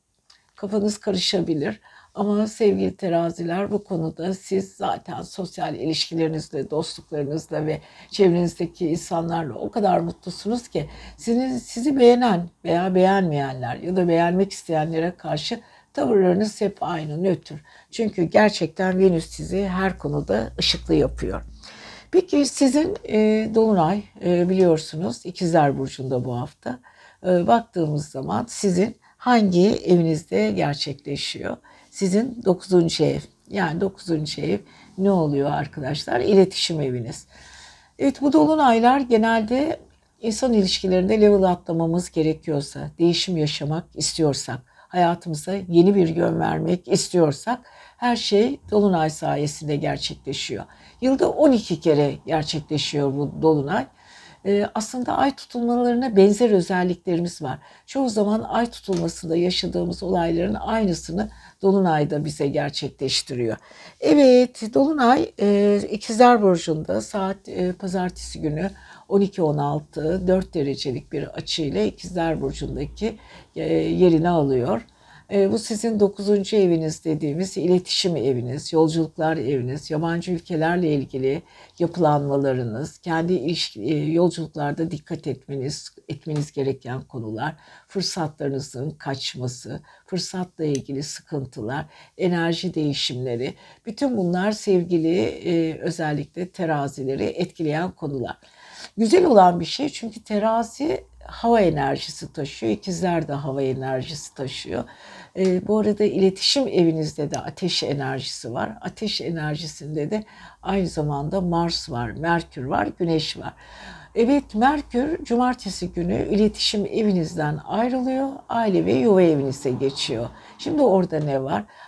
kafanız karışabilir. Ama sevgili teraziler, bu konuda siz zaten sosyal ilişkilerinizle, dostluklarınızla ve çevrenizdeki insanlarla o kadar mutlusunuz ki sizi, sizi beğenen veya beğenmeyenler ya da beğenmek isteyenlere karşı tavırlarınız hep aynı, nötr. Çünkü gerçekten Venüs sizi her konuda ışıklı yapıyor. Peki sizin e, Dolunay e, biliyorsunuz İkizler Burcu'nda bu hafta. E, baktığımız zaman sizin hangi evinizde gerçekleşiyor? Sizin dokuzuncu ev. Yani dokuzuncu ev ne oluyor arkadaşlar? İletişim eviniz. Evet, bu dolunaylar genelde insan ilişkilerinde level atlamamız gerekiyorsa, değişim yaşamak istiyorsak, hayatımıza yeni bir yön vermek istiyorsak her şey dolunay sayesinde gerçekleşiyor. Yılda on iki kere gerçekleşiyor bu dolunay. Aslında ay tutulmalarına benzer özelliklerimiz var. Çoğu zaman ay tutulmasında yaşadığımız olayların aynısını Dolunay'da bize gerçekleştiriyor. Evet, Dolunay İkizler Burcu'nda saat pazartesi günü on iki on altı dört derecelik bir açıyla İkizler Burcu'ndaki yerini alıyor. Bu sizin dokuzuncu eviniz dediğimiz iletişim eviniz, yolculuklar eviniz, yabancı ülkelerle ilgili yapılanmalarınız, kendi ilişki, yolculuklarda dikkat etmeniz, etmeniz gereken konular, fırsatlarınızın kaçması, fırsatla ilgili sıkıntılar, enerji değişimleri, bütün bunlar sevgili özellikle terazileri etkileyen konular. Güzel olan bir şey çünkü terazi hava enerjisi taşıyor. İkizler de hava enerjisi taşıyor. E, bu arada iletişim evinizde de ateş enerjisi var. Ateş enerjisinde de aynı zamanda Mars var, Merkür var, Güneş var. Evet, Merkür cumartesi günü iletişim evinizden ayrılıyor, aile ve yuva evinize geçiyor. Şimdi orada ne var?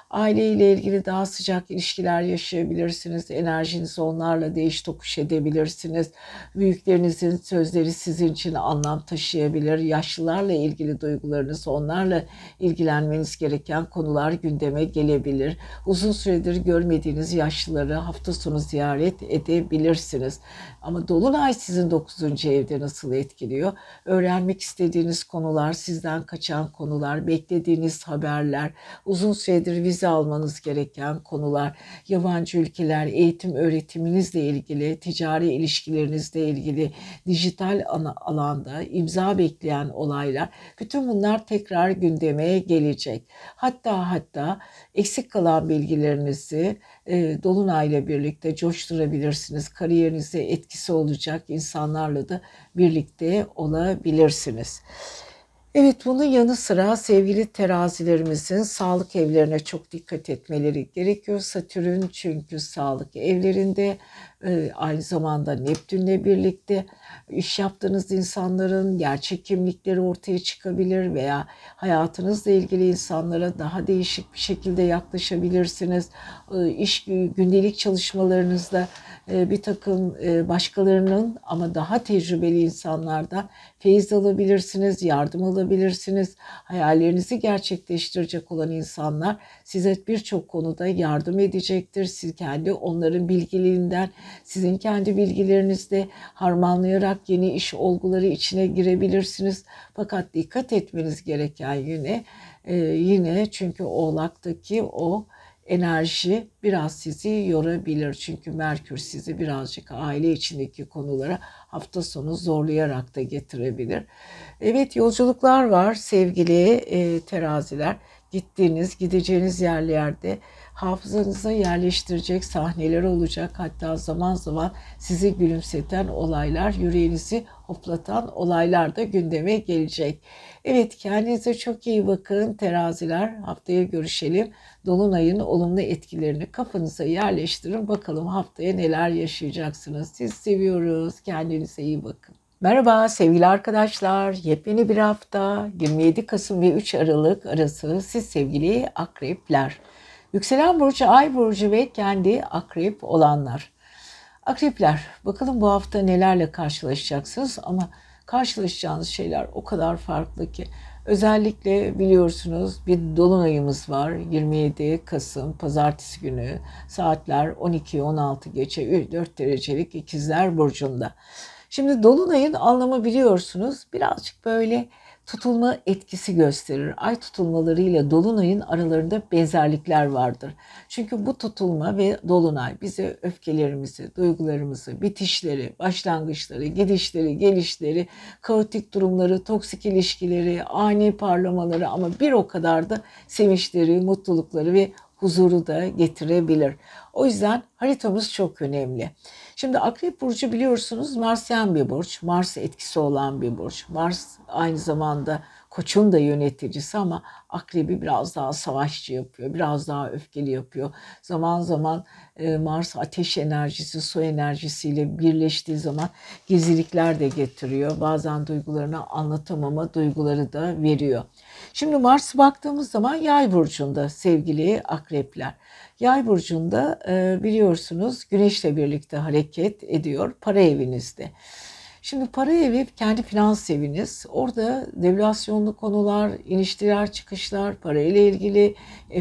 Aileyle ilgili daha sıcak ilişkiler yaşayabilirsiniz. Enerjinizi onlarla değiş tokuş edebilirsiniz. Büyüklerinizin sözleri sizin için anlam taşıyabilir. Yaşlılarla ilgili duygularınız, onlarla ilgilenmeniz gereken konular gündeme gelebilir. Uzun süredir görmediğiniz yaşlıları hafta sonu ziyaret edebilirsiniz. Ama Dolunay sizin dokuzuncu evde nasıl etkiliyor? Öğrenmek istediğiniz konular, sizden kaçan konular, beklediğiniz haberler, uzun süredir vize almanız gereken konular, yabancı ülkeler, eğitim öğretiminizle ilgili, ticari ilişkilerinizle ilgili, dijital alanda imza bekleyen olaylar, bütün bunlar tekrar gündeme gelecek. Hatta hatta eksik kalan bilgilerinizi e, Dolunay'la birlikte coşturabilirsiniz. Kariyerinize etkisi olacak insanlarla da birlikte olabilirsiniz. Evet, bunun yanı sıra sevgili terazilerimizin sağlık evlerine çok dikkat etmeleri gerekiyor. Satürn çünkü sağlık evlerinde, e, aynı zamanda Neptün'le birlikte iş yaptığınız insanların gerçek kimlikleri ortaya çıkabilir veya hayatınızla ilgili insanlara daha değişik bir şekilde yaklaşabilirsiniz. E, iş gündelik çalışmalarınızda e, bir takım e, başkalarının ama daha tecrübeli insanlardan feyiz alabilirsiniz, yardım alabilirsiniz. Hayallerinizi gerçekleştirecek olan insanlar size birçok konuda yardım edecektir. Siz kendi onların bilgilerinden, sizin kendi bilgilerinizle harmanlayarak yeni iş olguları içine girebilirsiniz. Fakat dikkat etmeniz gereken yine e, yine çünkü Oğlak'taki o enerji biraz sizi yorabilir. Çünkü Merkür sizi birazcık aile içindeki konulara hafta sonu zorlayarak da getirebilir. Evet, yolculuklar var sevgili e, teraziler. Gittiğiniz, gideceğiniz yerlerde hafızanıza yerleştirecek sahneler olacak. Hatta zaman zaman sizi gülümseten olaylar, yüreğinizi hoplatan olaylar da gündeme gelecek. Evet, kendinize çok iyi bakın teraziler. Haftaya görüşelim. Dolunay'ın olumlu etkilerini kafanıza yerleştirin. Bakalım haftaya neler yaşayacaksınız. Siz seviyoruz. Kendinize iyi bakın. Merhaba sevgili arkadaşlar. Yepyeni bir hafta yirmi yedi Kasım ve üç Aralık arası siz sevgili akrepler. Yükselen burcu, ay burcu ve kendi akrep olanlar. Akrepler, bakalım bu hafta nelerle karşılaşacaksınız ama karşılaşacağınız şeyler o kadar farklı ki. Özellikle biliyorsunuz bir dolunayımız var yirmi yedi Kasım pazartesi günü saatler on iki on altı geçe dört derecelik İkizler Burcu'nda. Şimdi dolunayın anlamı biliyorsunuz birazcık böyle tutulma etkisi gösterir. Ay tutulmalarıyla dolunayın aralarında benzerlikler vardır. Çünkü bu tutulma ve dolunay bize öfkelerimizi, duygularımızı, bitişleri, başlangıçları, gidişleri, gelişleri, kaotik durumları, toksik ilişkileri, ani parlamaları ama bir o kadar da sevinçleri, mutlulukları ve huzuru da getirebilir. O yüzden haritamız çok önemli. Şimdi Akrep Burcu biliyorsunuz Marsyen bir burç. Mars etkisi olan bir burç. Mars aynı zamanda Koç'un da yöneticisi ama Akrep'i biraz daha savaşçı yapıyor. Biraz daha öfkeli yapıyor. Zaman zaman Mars ateş enerjisi, su enerjisiyle birleştiği zaman gizlilikler de getiriyor. Bazen duygularını anlatamama duyguları da veriyor. Şimdi Mars'a baktığımız zaman Yay burcunda sevgili akrepler. Yay burcunda biliyorsunuz Güneş'le birlikte hareket ediyor para evinizde. Şimdi para evi kendi finans eviniz. Orada devülasyonlu konular, inişler, çıkışlar, parayla ilgili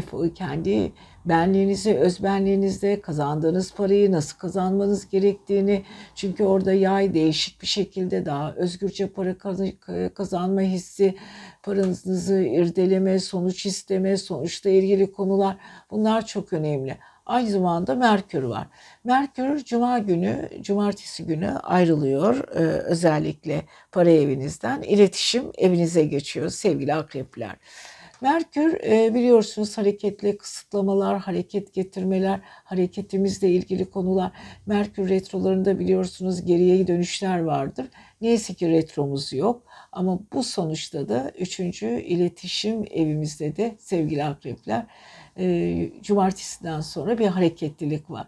kendi benliğinizi, özbenliğinizde kazandığınız parayı nasıl kazanmanız gerektiğini. Çünkü orada yay değişik bir şekilde daha özgürce para kazanma hissi, paranızı irdeleme, sonuç isteme, sonuçla ilgili konular bunlar çok önemli. Aynı zamanda Merkür var. Merkür Cuma günü, Cumartesi günü ayrılıyor ee, özellikle para evinizden. İletişim evinize geçiyor sevgili akrepler. Merkür biliyorsunuz hareketli kısıtlamalar, hareket getirmeler, hareketimizle ilgili konular. Merkür retrolarında biliyorsunuz geriye dönüşler vardır. Neyse ki retromuz yok ama bu sonuçta da üçüncü iletişim evimizde de sevgili akrepler cumartesiden sonra bir hareketlilik var.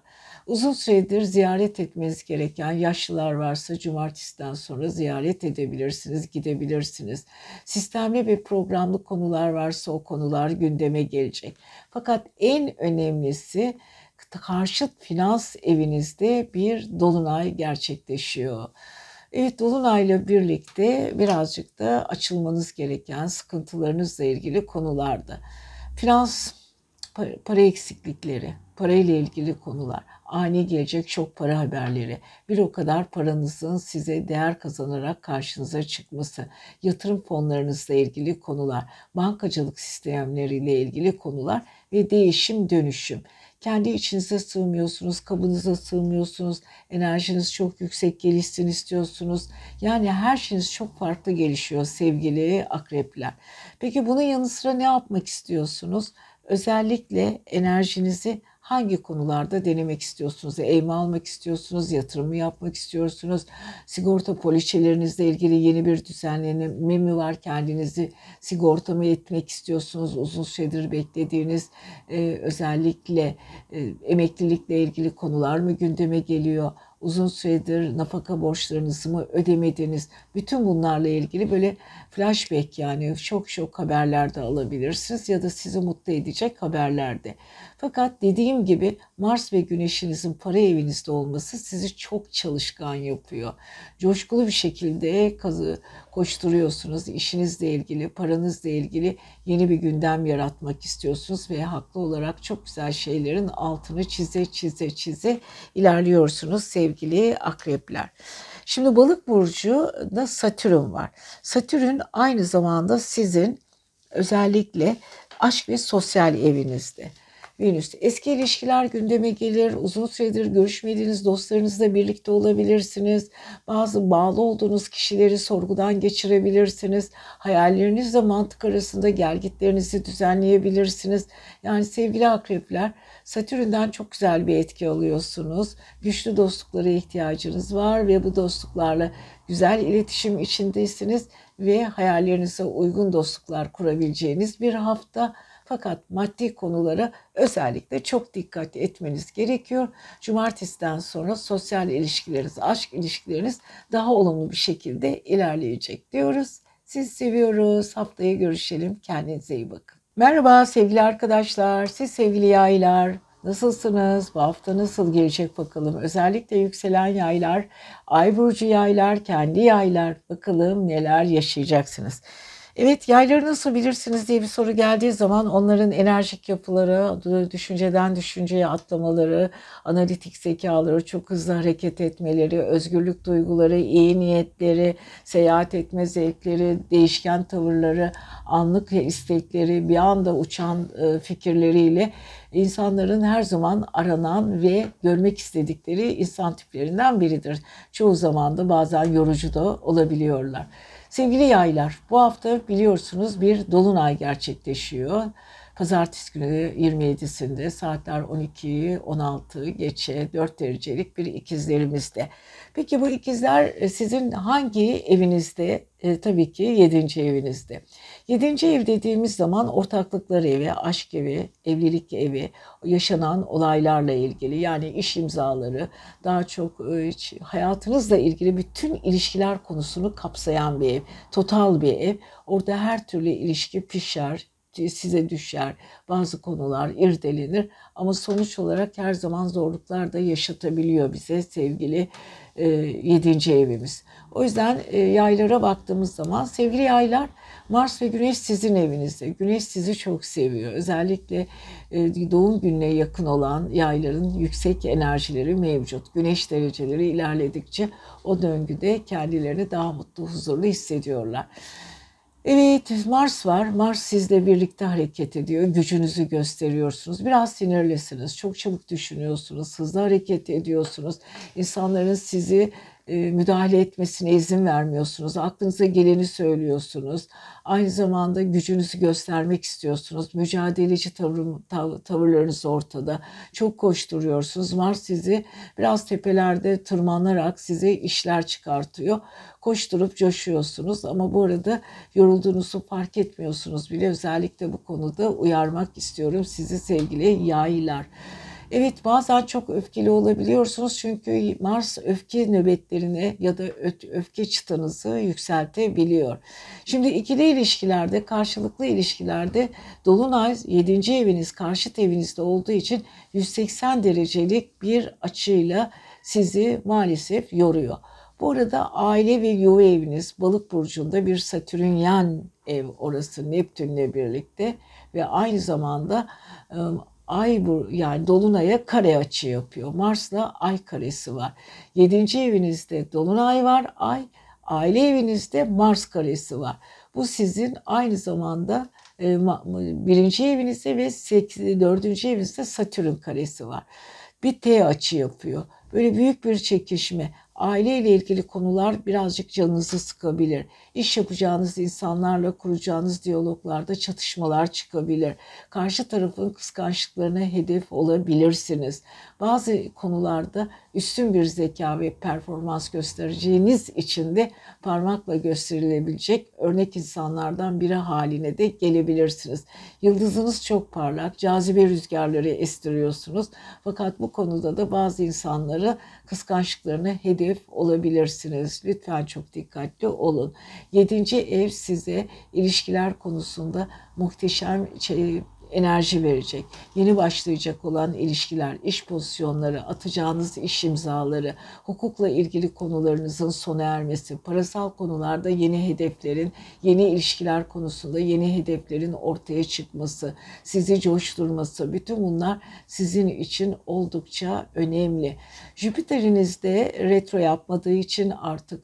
Uzun süredir ziyaret etmeniz gereken yaşlılar varsa cumartesiden sonra ziyaret edebilirsiniz, gidebilirsiniz. Sistemli ve programlı konular varsa o konular gündeme gelecek. Fakat en önemlisi karşıt finans evinizde bir dolunay gerçekleşiyor. Evet, dolunayla birlikte birazcık da açılmanız gereken sıkıntılarınızla ilgili konularda. Finans, para eksiklikleri, parayla ilgili konular, ani gelecek çok para haberleri, bir o kadar paranızın size değer kazanarak karşınıza çıkması, yatırım fonlarınızla ilgili konular, bankacılık sistemleriyle ilgili konular ve değişim dönüşüm. Kendi içinize sığmıyorsunuz, kabınıza sığmıyorsunuz, enerjiniz çok yüksek gelişsin istiyorsunuz. Yani her şeyiniz çok farklı gelişiyor sevgili akrepler. Peki bunun yanı sıra ne yapmak istiyorsunuz? Özellikle enerjinizi hangi konularda denemek istiyorsunuz? Ev mi almak istiyorsunuz? Yatırım mı yapmak istiyorsunuz? Sigorta poliçelerinizle ilgili yeni bir düzenleme mi var? Kendinizi sigorta mı etmek istiyorsunuz? Uzun süredir beklediğiniz e, özellikle e, emeklilikle ilgili konular mı gündeme geliyor? Uzun süredir nafaka borçlarınızı mı ödemediniz? Bütün bunlarla ilgili böyle flashback, yani şok şok haberler de alabilirsiniz ya da sizi mutlu edecek haberler de. Fakat dediğim gibi Mars ve Güneş'inizin para evinizde olması sizi çok çalışkan yapıyor. Coşkulu bir şekilde kazı koşturuyorsunuz. İşinizle ilgili, paranızla ilgili yeni bir gündem yaratmak istiyorsunuz ve haklı olarak çok güzel şeylerin altını çize çize çize ilerliyorsunuz sevgili akrepler. Şimdi Balık burcu'da Satürn var. Satürn aynı zamanda sizin özellikle aşk ve sosyal evinizde. Venüs. Eski ilişkiler gündeme gelir. Uzun süredir görüşmediğiniz dostlarınızla birlikte olabilirsiniz. Bazı bağlı olduğunuz kişileri sorgudan geçirebilirsiniz. Hayallerinizle mantık arasında gelgitlerinizi düzenleyebilirsiniz. Yani sevgili akrepler, Satürn'den çok güzel bir etki alıyorsunuz. Güçlü dostluklara ihtiyacınız var ve bu dostluklarla güzel iletişim içindesiniz ve hayallerinize uygun dostluklar kurabileceğiniz bir hafta. Fakat maddi konulara özellikle çok dikkat etmeniz gerekiyor. Cumartesiden sonra sosyal ilişkileriniz, aşk ilişkileriniz daha olumlu bir şekilde ilerleyecek diyoruz. Sizi seviyoruz. Haftaya görüşelim. Kendinize iyi bakın. Merhaba sevgili arkadaşlar. Siz sevgili yaylar. Nasılsınız? Bu hafta nasıl gelecek bakalım. Özellikle yükselen yaylar, ay burcu yaylar, kendi yaylar. Bakalım neler yaşayacaksınız. Evet, yayları nasıl bilirsiniz diye bir soru geldiği zaman onların enerjik yapıları, düşünceden düşünceye atlamaları, analitik zekaları, çok hızlı hareket etmeleri, özgürlük duyguları, iyi niyetleri, seyahat etme zevkleri, değişken tavırları, anlık istekleri, bir anda uçan fikirleriyle insanların her zaman aranan ve görmek istedikleri insan tiplerinden biridir. Çoğu zaman da bazen yorucu da olabiliyorlar. Sevgili yaylar, bu hafta biliyorsunuz bir dolunay gerçekleşiyor. Pazartesi günü yirmi yedisinde saatler on ikiyi on altı geçe dört derecelik bir ikizlerimizde. Peki bu ikizler sizin hangi evinizde? E, tabii ki yedinci evinizde. Yedinci ev dediğimiz zaman ortaklıklar evi, aşk evi, evlilik evi, yaşanan olaylarla ilgili, yani iş imzaları, daha çok e, hayatınızla ilgili bütün ilişkiler konusunu kapsayan bir ev, total bir ev. Orada her türlü ilişki pişer, size düşer, bazı konular irdelenir ama sonuç olarak her zaman zorluklar da yaşatabiliyor bize sevgili e, yedinci evimiz. O yüzden e, yaylara baktığımız zaman sevgili yaylar, Mars ve Güneş sizin evinizde. Güneş sizi çok seviyor. Özellikle e, doğum gününe yakın olan yayların yüksek enerjileri mevcut. Güneş dereceleri ilerledikçe o döngüde kendilerini daha mutlu, huzurlu hissediyorlar. Evet, Mars var. Mars sizle birlikte hareket ediyor. Gücünüzü gösteriyorsunuz. Biraz sinirlisiniz. Çok çabuk düşünüyorsunuz. Hızlı hareket ediyorsunuz. İnsanların sizi e, müdahale etmesine izin vermiyorsunuz. Aklınıza geleni söylüyorsunuz. Aynı zamanda gücünüzü göstermek istiyorsunuz. Mücadeleci tavır, tav, tavırlarınız ortada. Çok koşturuyorsunuz. Mars sizi biraz tepelerde tırmanarak size işler çıkartıyor. Koşturup coşuyorsunuz ama bu arada yorulduğunuzu fark etmiyorsunuz bile. Özellikle bu konuda uyarmak istiyorum sizi sevgili yaylar. Evet, bazen çok öfkeli olabiliyorsunuz çünkü Mars öfke nöbetlerine ya da öfke çıtanızı yükseltebiliyor. Şimdi ikili ilişkilerde, karşılıklı ilişkilerde Dolunay yedinci eviniz karşıt evinizde olduğu için yüz seksen derecelik bir açıyla sizi maalesef yoruyor. Bu arada aile ve yuva eviniz Balık burcunda bir Satürnyen ev, orası Neptünle birlikte ve aynı zamanda Ay bu yani Dolunay'a kare açı yapıyor. Mars'la Ay karesi var. Yedinci evinizde Dolunay var. Ay, aile evinizde Mars karesi var. Bu sizin aynı zamanda e, birinci evinizde ve dördüncü evinizde Satürn karesi var. Bir T açı yapıyor. Böyle büyük bir çekişme. Aile ile ilgili konular birazcık canınızı sıkabilir. İş yapacağınız insanlarla kuracağınız diyaloglarda çatışmalar çıkabilir. Karşı tarafın kıskançlıklarına hedef olabilirsiniz. Bazı konularda üstün bir zeka ve performans göstereceğiniz için de parmakla gösterilebilecek örnek insanlardan biri haline de gelebilirsiniz. Yıldızınız çok parlak, cazibe rüzgarları estiriyorsunuz. Fakat bu konuda da bazı insanları kıskançlıklarına hedef olabilirsiniz. Lütfen çok dikkatli olun. Yedinci ev size ilişkiler konusunda muhteşem şey, enerji verecek. Yeni başlayacak olan ilişkiler, iş pozisyonları, atacağınız iş imzaları, hukukla ilgili konularınızın sona ermesi, parasal konularda yeni hedeflerin, yeni ilişkiler konusunda yeni hedeflerin ortaya çıkması, sizi coşturması, bütün bunlar sizin için oldukça önemli. Jüpiter'inizde retro yapmadığı için artık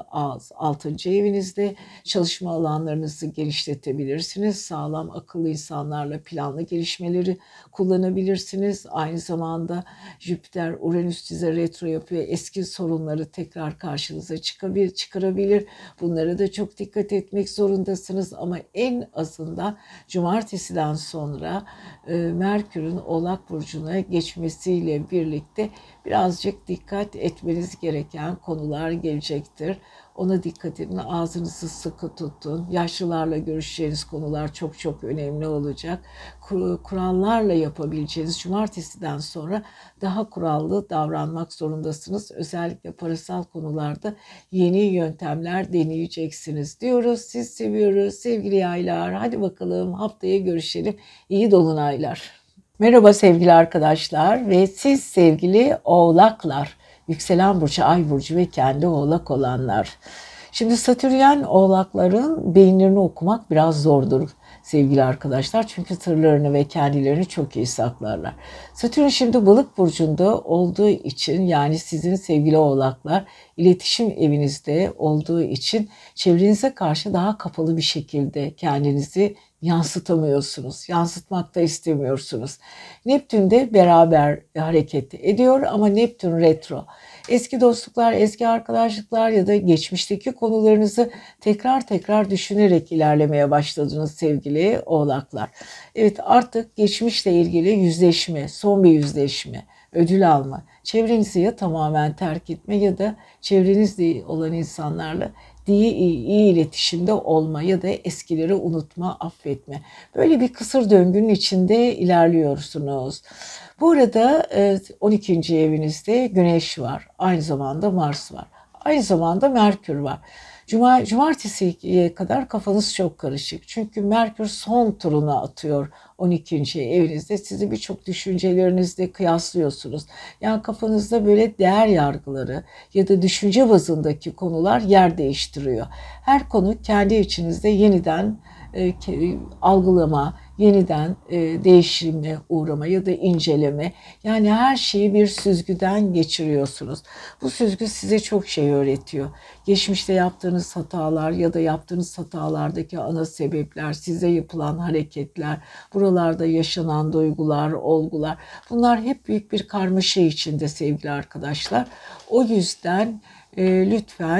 altıncı evinizde çalışma alanlarınızı genişletebilirsiniz. Sağlam, akıllı insanlarla planlı gelişmeleri kullanabilirsiniz. Aynı zamanda Jüpiter, Uranüs size retro yapıyor. Eski sorunları tekrar karşınıza çıkabilir, çıkarabilir. Bunlara da çok dikkat etmek zorundasınız. Ama en azından cumartesiden sonra e, Merkür'ün Oğlak Burcu'na geçmesiyle birlikte birazcık dikkat etmeniz gereken konular gelecektir. Ona dikkat edin, ağzınızı sıkı tutun. Yaşlılarla görüşeceğiniz konular çok çok önemli olacak. Kurallarla yapabileceğiniz cumartesiden sonra daha kurallı davranmak zorundasınız. Özellikle parasal konularda yeni yöntemler deneyeceksiniz diyoruz. Siz seviyoruz sevgili yaylar. Hadi bakalım haftaya görüşelim. İyi dolunaylar. Merhaba sevgili arkadaşlar ve siz sevgili oğlaklar, yükselen burcu, ay burcu ve kendi oğlak olanlar. Şimdi Satürn oğlakların beyinlerini okumak biraz zordur sevgili arkadaşlar. Çünkü sırlarını ve kendilerini çok iyi saklarlar. Satürn şimdi Balık burcunda olduğu için, yani sizin sevgili oğlaklar iletişim evinizde olduğu için çevrenize karşı daha kapalı bir şekilde kendinizi yansıtamıyorsunuz. Yansıtmak da istemiyorsunuz. Neptün de beraber hareket ediyor ama Neptün retro. Eski dostluklar, eski arkadaşlıklar ya da geçmişteki konularınızı tekrar tekrar düşünerek ilerlemeye başladınız sevgili oğlaklar. Evet, artık geçmişle ilgili yüzleşme, son bir yüzleşme, ödül alma, çevrenizi ya tamamen terk etme ya da çevrenizde olan insanlarla iyi, iyi, iyi iletişimde olma ya da eskileri unutma, affetme. Böyle bir kısır döngünün içinde ilerliyorsunuz. Bu arada on ikinci evinizde Güneş var. Aynı zamanda Mars var. Aynı zamanda Merkür var. Cuma, cumartesiye kadar kafanız çok karışık. Çünkü Merkür son turunu atıyor on ikinci evinizde. Sizi birçok düşüncelerinizle kıyaslıyorsunuz. Yani kafanızda böyle değer yargıları ya da düşünce bazındaki konular yer değiştiriyor. Her konu kendi içinizde yeniden e, algılama, yeniden e, değişime uğrama ya da inceleme. Yani her şeyi bir süzgüden geçiriyorsunuz. Bu süzgü size çok şey öğretiyor. Geçmişte yaptığınız hatalar ya da yaptığınız hatalardaki ana sebepler, size yapılan hareketler, buralarda yaşanan duygular, olgular, bunlar hep büyük bir karmaşa içinde sevgili arkadaşlar. O yüzden e, lütfen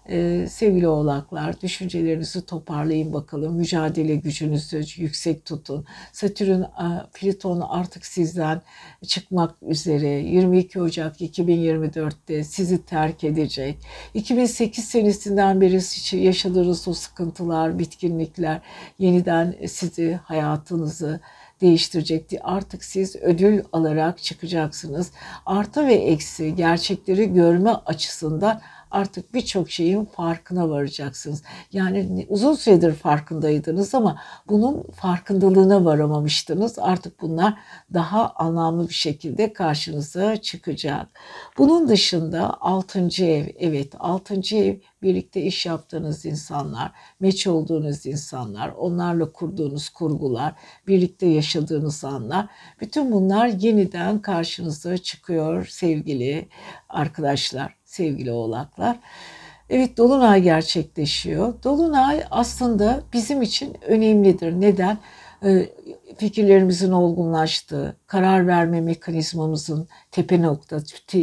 Ee, sevgili oğlaklar, düşüncelerinizi toparlayın bakalım. Mücadele gücünüzü yüksek tutun. Satürn, Plüton artık sizden çıkmak üzere. yirmi iki Ocak iki bin yirmi dört'te sizi terk edecek. iki bin sekiz senesinden beri yaşadığınız o sıkıntılar, bitkinlikler yeniden sizi, hayatınızı değiştirecekti. Artık siz ödül alarak çıkacaksınız. Artı ve eksi gerçekleri görme açısından artık birçok şeyin farkına varacaksınız. Yani uzun süredir farkındaydınız ama bunun farkındalığına varamamıştınız. Artık bunlar daha anlamlı bir şekilde karşınıza çıkacak. Bunun dışında altıncı ev, evet altıncı ev birlikte iş yaptığınız insanlar, meç olduğunuz insanlar, onlarla kurduğunuz kurgular, birlikte yaşadığınız anlar. Bütün bunlar yeniden karşınıza çıkıyor sevgili arkadaşlar, sevgili oğlaklar. Evet, Dolunay gerçekleşiyor. Dolunay aslında bizim için önemlidir. Neden? Fikirlerimizin olgunlaştığı, karar verme mekanizmamızın tepe nokta,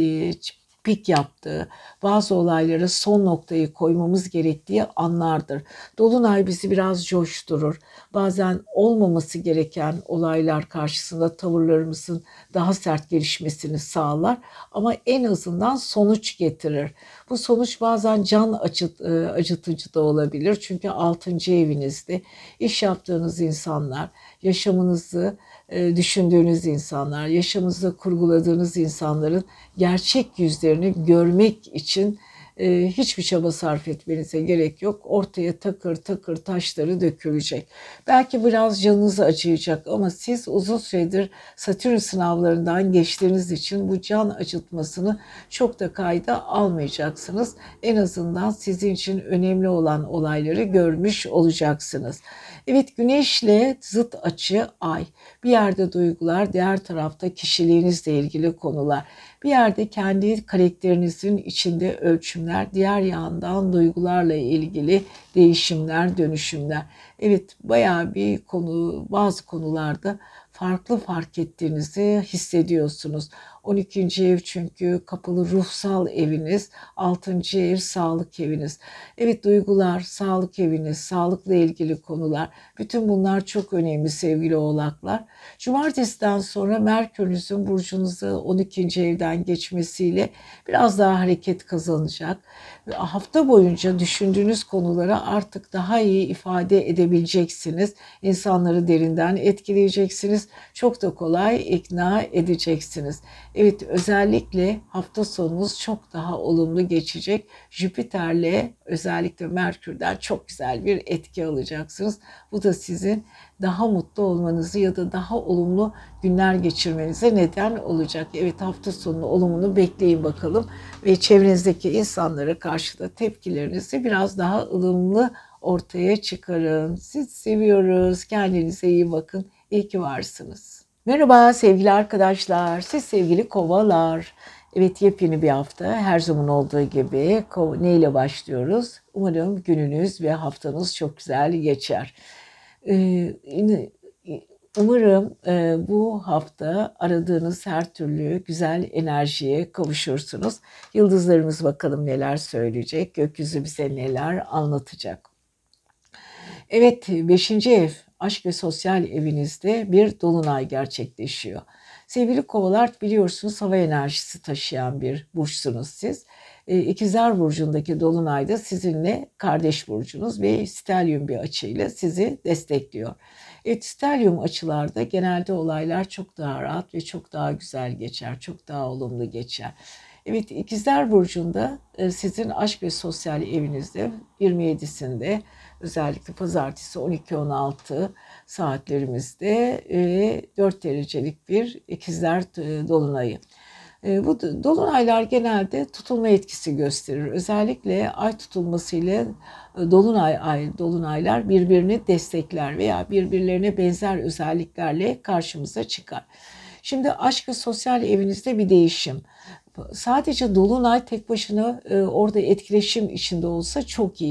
pik yaptığı, bazı olaylara son noktayı koymamız gerektiği anlardır. Dolunay bizi biraz coşturur. Bazen olmaması gereken olaylar karşısında tavırlarımızın daha sert gelişmesini sağlar ama en azından sonuç getirir. Bu sonuç bazen can acıt, acıtıcı da olabilir. Çünkü altıncı evinizde iş yaptığınız insanlar, yaşamınızı düşündüğünüz insanlar, yaşamınızda kurguladığınız insanların gerçek yüzlerini görmek için e, hiçbir çaba sarf etmenize gerek yok. Ortaya takır takır taşları dökülecek. Belki biraz canınızı acıyacak ama siz uzun süredir Satürn sınavlarından geçtiğiniz için bu can acıtmasını çok da kayda almayacaksınız. En azından sizin için önemli olan olayları görmüş olacaksınız. Evet, güneşle zıt açı ay. Bir yerde duygular, diğer tarafta kişiliğinizle ilgili konular. Bir yerde kendi karakterinizin içinde ölçümler, diğer yandan duygularla ilgili değişimler, dönüşümler. Evet, bayağı bir konu, bazı konularda farklı fark ettiğinizi hissediyorsunuz. on ikinci ev çünkü kapalı ruhsal eviniz, altıncı ev sağlık eviniz. Evet, duygular, sağlık eviniz, sağlıkla ilgili konular, bütün bunlar çok önemli sevgili oğlaklar. Cumartesiden sonra Merkür'ünüzün burcunuza on ikinci evden geçmesiyle biraz daha hareket kazanacak. Ve hafta boyunca düşündüğünüz konulara artık daha iyi ifade edebileceksiniz. İnsanları derinden etkileyeceksiniz. Çok da kolay ikna edeceksiniz. Evet, özellikle hafta sonunuz çok daha olumlu geçecek. Jüpiter'le özellikle Merkür'den çok güzel bir etki alacaksınız. Bu da sizin daha mutlu olmanızı ya da daha olumlu günler geçirmenize neden olacak. Evet, hafta sonu olumunu bekleyin bakalım ve çevrenizdeki insanlara karşı da tepkilerinizi biraz daha ılımlı ortaya çıkarın. Siz seviyoruz. Kendinize iyi bakın. İyi ki varsınız. Merhaba sevgili arkadaşlar. Siz sevgili kovalar. Evet, yepyeni bir hafta. Her zaman olduğu gibi neyle başlıyoruz? Umarım gününüz ve haftanız çok güzel geçer. Umarım bu hafta aradığınız her türlü güzel enerjiye kavuşursunuz. Yıldızlarımız bakalım neler söyleyecek, gökyüzü bize neler anlatacak. Evet, beşinci ev, aşk ve sosyal evinizde bir dolunay gerçekleşiyor. Sevgili kovalar, biliyorsunuz hava enerjisi taşıyan bir burçsunuz siz. İkizler Burcu'ndaki dolunayda sizinle kardeş burcunuz ve stelyum bir açıyla sizi destekliyor. Evet, stelyum açılarda genelde olaylar çok daha rahat ve çok daha güzel geçer, çok daha olumlu geçer. Evet, İkizler Burcu'nda sizin aşk ve sosyal evinizde yirmi yedisinde özellikle pazartesi on iki on altı saatlerimizde dört derecelik bir ikizler dolunayı. Bu dolunaylar genelde tutulma etkisi gösterir. Özellikle ay tutulmasıyla dolunay ay dolunaylar birbirini destekler veya birbirlerine benzer özelliklerle karşımıza çıkar. Şimdi aşk ve sosyal evinizde bir değişim. Sadece dolunay tek başına orada etkileşim içinde olsa çok iyi.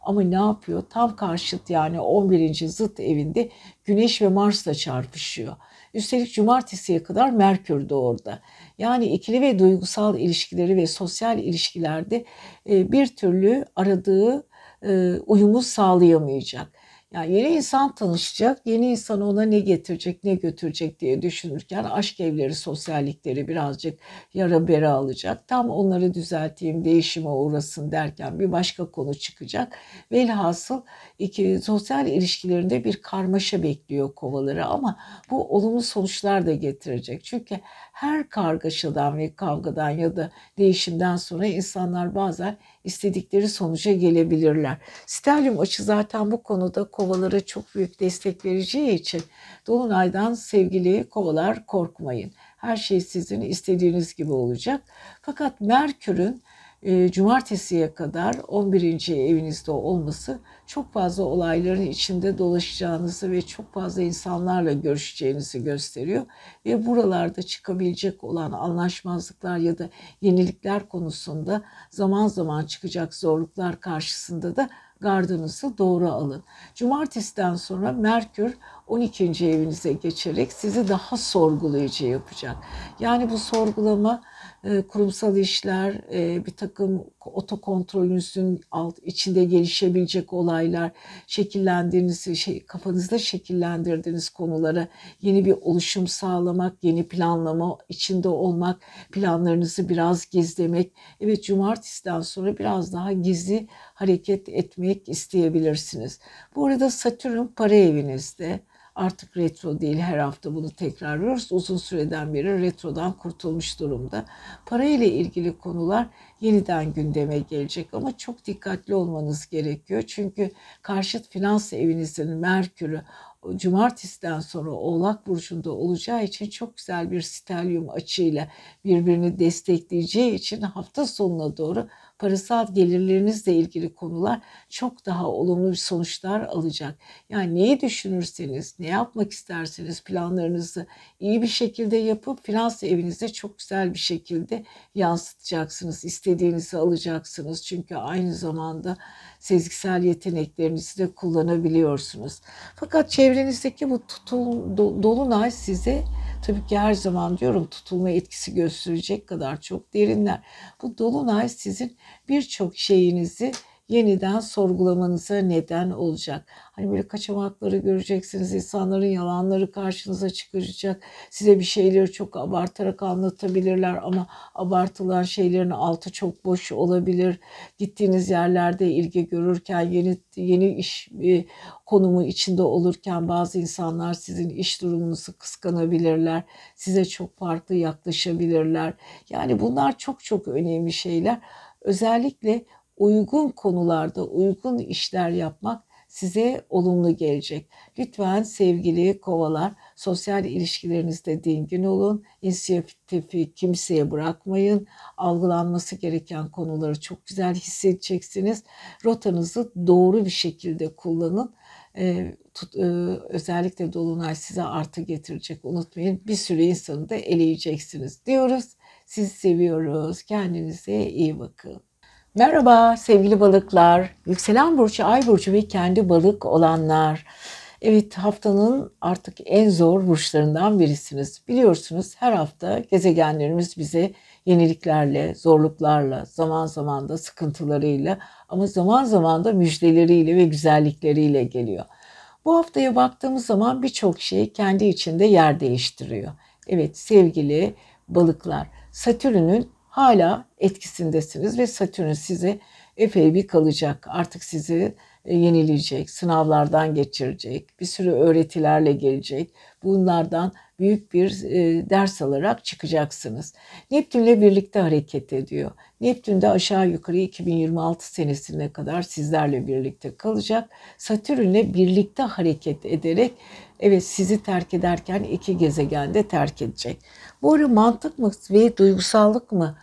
Ama ne yapıyor? Tam karşıt, yani on birinci zıt evinde Güneş ve Mars'la çarpışıyor. Üstelik cumartesiye kadar Merkür de orada. Yani ikili ve duygusal ilişkileri ve sosyal ilişkilerde e, bir türlü aradığı e, uyumu sağlayamayacak. Yani yeni insan tanışacak, yeni insan ona ne getirecek, ne götürecek diye düşünürken aşk evleri, sosyallikleri birazcık yara bere alacak. Tam onları düzelteyim, değişime uğrasın derken bir başka konu çıkacak. Velhasıl iki, sosyal ilişkilerinde bir karmaşa bekliyor kovaları, ama bu olumlu sonuçlar da getirecek. Çünkü her kargaşadan ve kavgadan ya da değişimden sonra insanlar bazen istedikleri sonuca gelebilirler. Stelyum açı zaten bu konuda kovalara çok büyük destek vereceği için dolunaydan sevgili kovalar korkmayın. Her şey sizin istediğiniz gibi olacak. Fakat Merkür'ün e, cumartesiye kadar on birinci evinizde olması çok fazla olayların içinde dolaşacağınızı ve çok fazla insanlarla görüşeceğinizi gösteriyor. Ve buralarda çıkabilecek olan anlaşmazlıklar ya da yenilikler konusunda zaman zaman çıkacak zorluklar karşısında da gardınızı doğru alın. Cumartesiden sonra Merkür on ikinci evinize geçerek sizi daha sorgulayıcı yapacak. Yani bu sorgulama e, kurumsal işler, e, bir takım otokontrolünüzün alt, içinde gelişebilecek olaylar, şekillendiğiniz, şey, kafanızda şekillendirdiğiniz konulara yeni bir oluşum sağlamak, yeni planlama içinde olmak, planlarınızı biraz gizlemek. Evet, cumartesiden sonra biraz daha gizli hareket etmek isteyebilirsiniz. Bu arada Satürn para evinizde. Artık retro değil, her hafta bunu tekrarlıyoruz. Uzun süreden beri retrodan kurtulmuş durumda. Para ile ilgili konular yeniden gündeme gelecek ama çok dikkatli olmanız gerekiyor. Çünkü karşıt finans evinizin Merkür'ü cumartesiden sonra Oğlak Burcu'nda olacağı için çok güzel bir stelyum açıyla birbirini destekleyeceği için hafta sonuna doğru parasal gelirlerinizle ilgili konular çok daha olumlu bir sonuçlar alacak. Yani neyi düşünürseniz, ne yapmak isterseniz planlarınızı iyi bir şekilde yapıp finans evinizde çok güzel bir şekilde yansıtacaksınız. İstediğinizi alacaksınız. Çünkü aynı zamanda sezgisel yeteneklerinizi de kullanabiliyorsunuz. Fakat çevrenizdeki bu tutul, dolunay size, tabii ki her zaman diyorum, tutulma etkisi gösterecek kadar çok derinler. Bu dolunay sizin birçok şeyinizi yeniden sorgulamanıza neden olacak. Hani böyle kaçamakları göreceksiniz, insanların yalanları karşınıza çıkacak. Size bir şeyleri çok abartarak anlatabilirler ama abartılan şeylerin altı çok boş olabilir. Gittiğiniz yerlerde ilgi görürken, yeni yeni iş e, konumu içinde olurken bazı insanlar sizin iş durumunuzu kıskanabilirler. Size çok farklı yaklaşabilirler. Yani bunlar çok çok önemli şeyler. Özellikle uygun konularda uygun işler yapmak size olumlu gelecek. Lütfen sevgili kovalar, sosyal ilişkilerinizde dingin olun. İnisiyatifi kimseye bırakmayın. Algılanması gereken konuları çok güzel hissedeceksiniz. Rotanızı doğru bir şekilde kullanın. Ee, tut, e, özellikle dolunay size artı getirecek. Unutmayın, bir sürü insanı da eleyeceksiniz diyoruz. Sizi seviyoruz. Kendinize iyi bakın. Merhaba sevgili balıklar, yükselen burcu, ay burcu ve kendi balık olanlar. Evet, haftanın artık en zor burçlarından birisiniz. Biliyorsunuz, her hafta gezegenlerimiz bize yeniliklerle, zorluklarla, zaman zaman da sıkıntılarıyla ama zaman zaman da müjdeleriyle ve güzellikleriyle geliyor. Bu haftaya baktığımız zaman birçok şey kendi içinde yer değiştiriyor. Evet sevgili balıklar, Satürn'ün hala etkisindesiniz ve Satürn size epey bir kalacak. Artık sizi yenileyecek, sınavlardan geçirecek, bir sürü öğretilerle gelecek. Bunlardan büyük bir ders alarak çıkacaksınız. Neptünle birlikte hareket ediyor. Neptün de aşağı yukarı iki bin yirmi altı senesine kadar sizlerle birlikte kalacak. Satürn'le birlikte hareket ederek, evet, sizi terk ederken iki gezegende terk edecek. Bu arada mantık mı ve duygusallık mı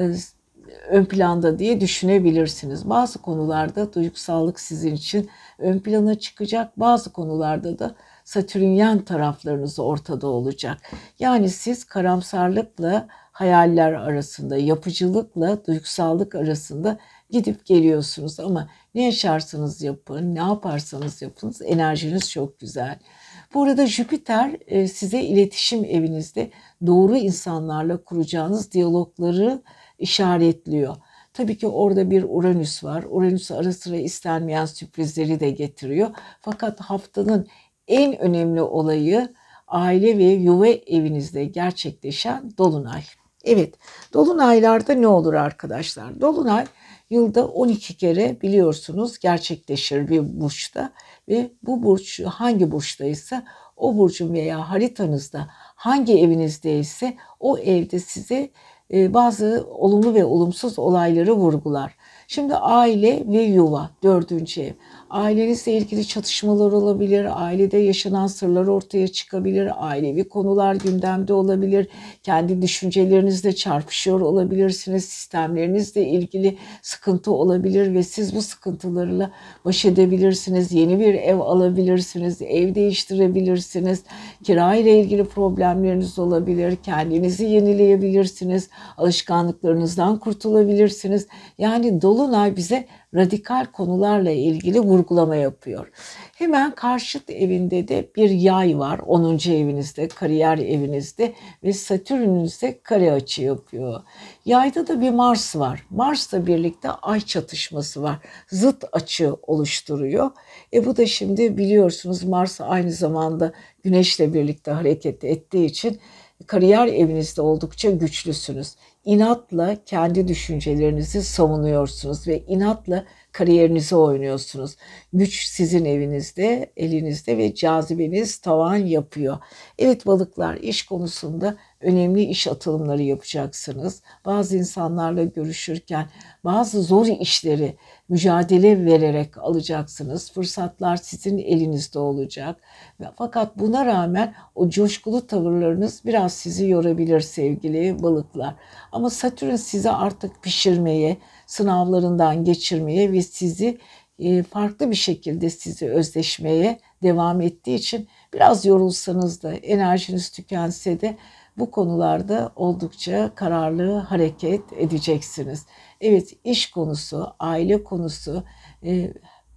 ön planda diye düşünebilirsiniz. Bazı konularda duygusallık sizin için ön plana çıkacak. Bazı konularda da Satürnyen taraflarınız ortada olacak. Yani siz karamsarlıkla hayaller arasında, yapıcılıkla duygusallık arasında gidip geliyorsunuz ama ne yaşarsanız yapın, ne yaparsanız yapınız enerjiniz çok güzel. Bu arada Jüpiter e, size iletişim evinizde doğru insanlarla kuracağınız diyalogları işaretliyor. Tabii ki orada bir Uranüs var. Uranüs ara sıra istenmeyen sürprizleri de getiriyor. Fakat haftanın en önemli olayı aile ve yuva evinizde gerçekleşen dolunay. Evet, dolunaylarda ne olur arkadaşlar? Dolunay yılda on iki kere biliyorsunuz gerçekleşir bir burçta ve bu burç hangi burçtaysa o burcun veya haritanızda hangi evinizdeyse o evde size bazı olumlu ve olumsuz olayları vurgular. Şimdi aile ve yuva dördüncü ev. Ailenizle ilgili çatışmalar olabilir, ailede yaşanan sırlar ortaya çıkabilir, ailevi konular gündemde olabilir, kendi düşüncelerinizle çarpışıyor olabilirsiniz, sistemlerinizle ilgili sıkıntı olabilir ve siz bu sıkıntılarla baş edebilirsiniz, yeni bir ev alabilirsiniz, ev değiştirebilirsiniz, kira ile ilgili problemleriniz olabilir, kendinizi yenileyebilirsiniz, alışkanlıklarınızdan kurtulabilirsiniz. Yani dolunay bize radikal konularla ilgili vurgulama yapıyor. Hemen karşıt evinde de bir yay var. onuncu evinizde, kariyer evinizde ve Satürn'ünüzde kare açı yapıyor. Yayda da bir Mars var. Mars'la birlikte ay çatışması var. Zıt açı oluşturuyor. E bu da şimdi biliyorsunuz Mars aynı zamanda Güneş'le birlikte hareket ettiği için kariyer evinizde oldukça güçlüsünüz. İnatla kendi düşüncelerinizi savunuyorsunuz ve inatla kariyerinizi oynuyorsunuz. Güç sizin evinizde, elinizde ve cazibeniz tavan yapıyor. Evet balıklar, iş konusunda önemli iş atılımları yapacaksınız. Bazı insanlarla görüşürken bazı zor işleri mücadele vererek alacaksınız. Fırsatlar sizin elinizde olacak. Fakat buna rağmen o coşkulu tavırlarınız biraz sizi yorabilir sevgili balıklar. Ama Satürn size artık pişirmeye, sınavlarından geçirmeye ve sizi farklı bir şekilde sizi özleşmeye devam ettiği için biraz yorulsanız da enerjiniz tükense de bu konularda oldukça kararlı hareket edeceksiniz. Evet, iş konusu, aile konusu e,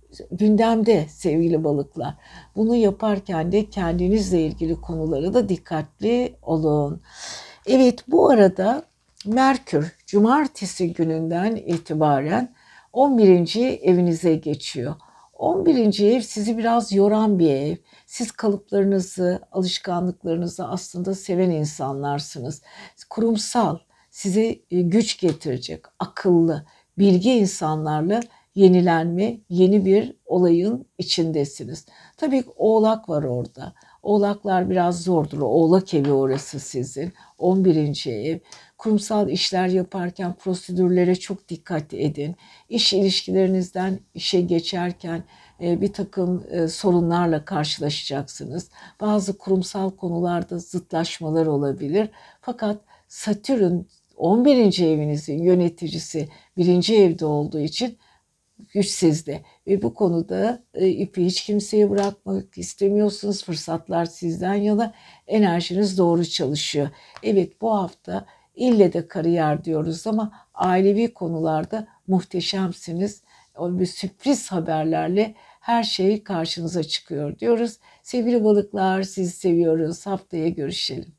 gündemde sevgili balıklar. Bunu yaparken de kendinizle ilgili konulara da dikkatli olun. Evet, bu arada Merkür cumartesi gününden itibaren on birinci evinize geçiyor. on birinci ev sizi biraz yoran bir ev. Siz kalıplarınızı, alışkanlıklarınızı aslında seven insanlarsınız. Kurumsal, size güç getirecek, akıllı, bilgi insanlarla yenilenme, yeni bir olayın içindesiniz. Tabii Oğlak var orada. Oğlaklar biraz zordur. Oğlak evi orası sizin. on birinci ev. Kurumsal işler yaparken prosedürlere çok dikkat edin. İş ilişkilerinizden işe geçerken bir takım sorunlarla karşılaşacaksınız. Bazı kurumsal konularda zıtlaşmalar olabilir. Fakat Satürn on birinci evinizin yöneticisi birinci evde olduğu için güç sizde ve bu konuda e, ipi hiç kimseye bırakmak istemiyorsunuz. Fırsatlar sizden yana, enerjiniz doğru çalışıyor. Evet bu hafta ille de kariyer diyoruz ama ailevi konularda muhteşemsiniz. O bir sürpriz haberlerle her şey karşınıza çıkıyor diyoruz. Sevgili balıklar sizi seviyoruz. Haftaya görüşelim.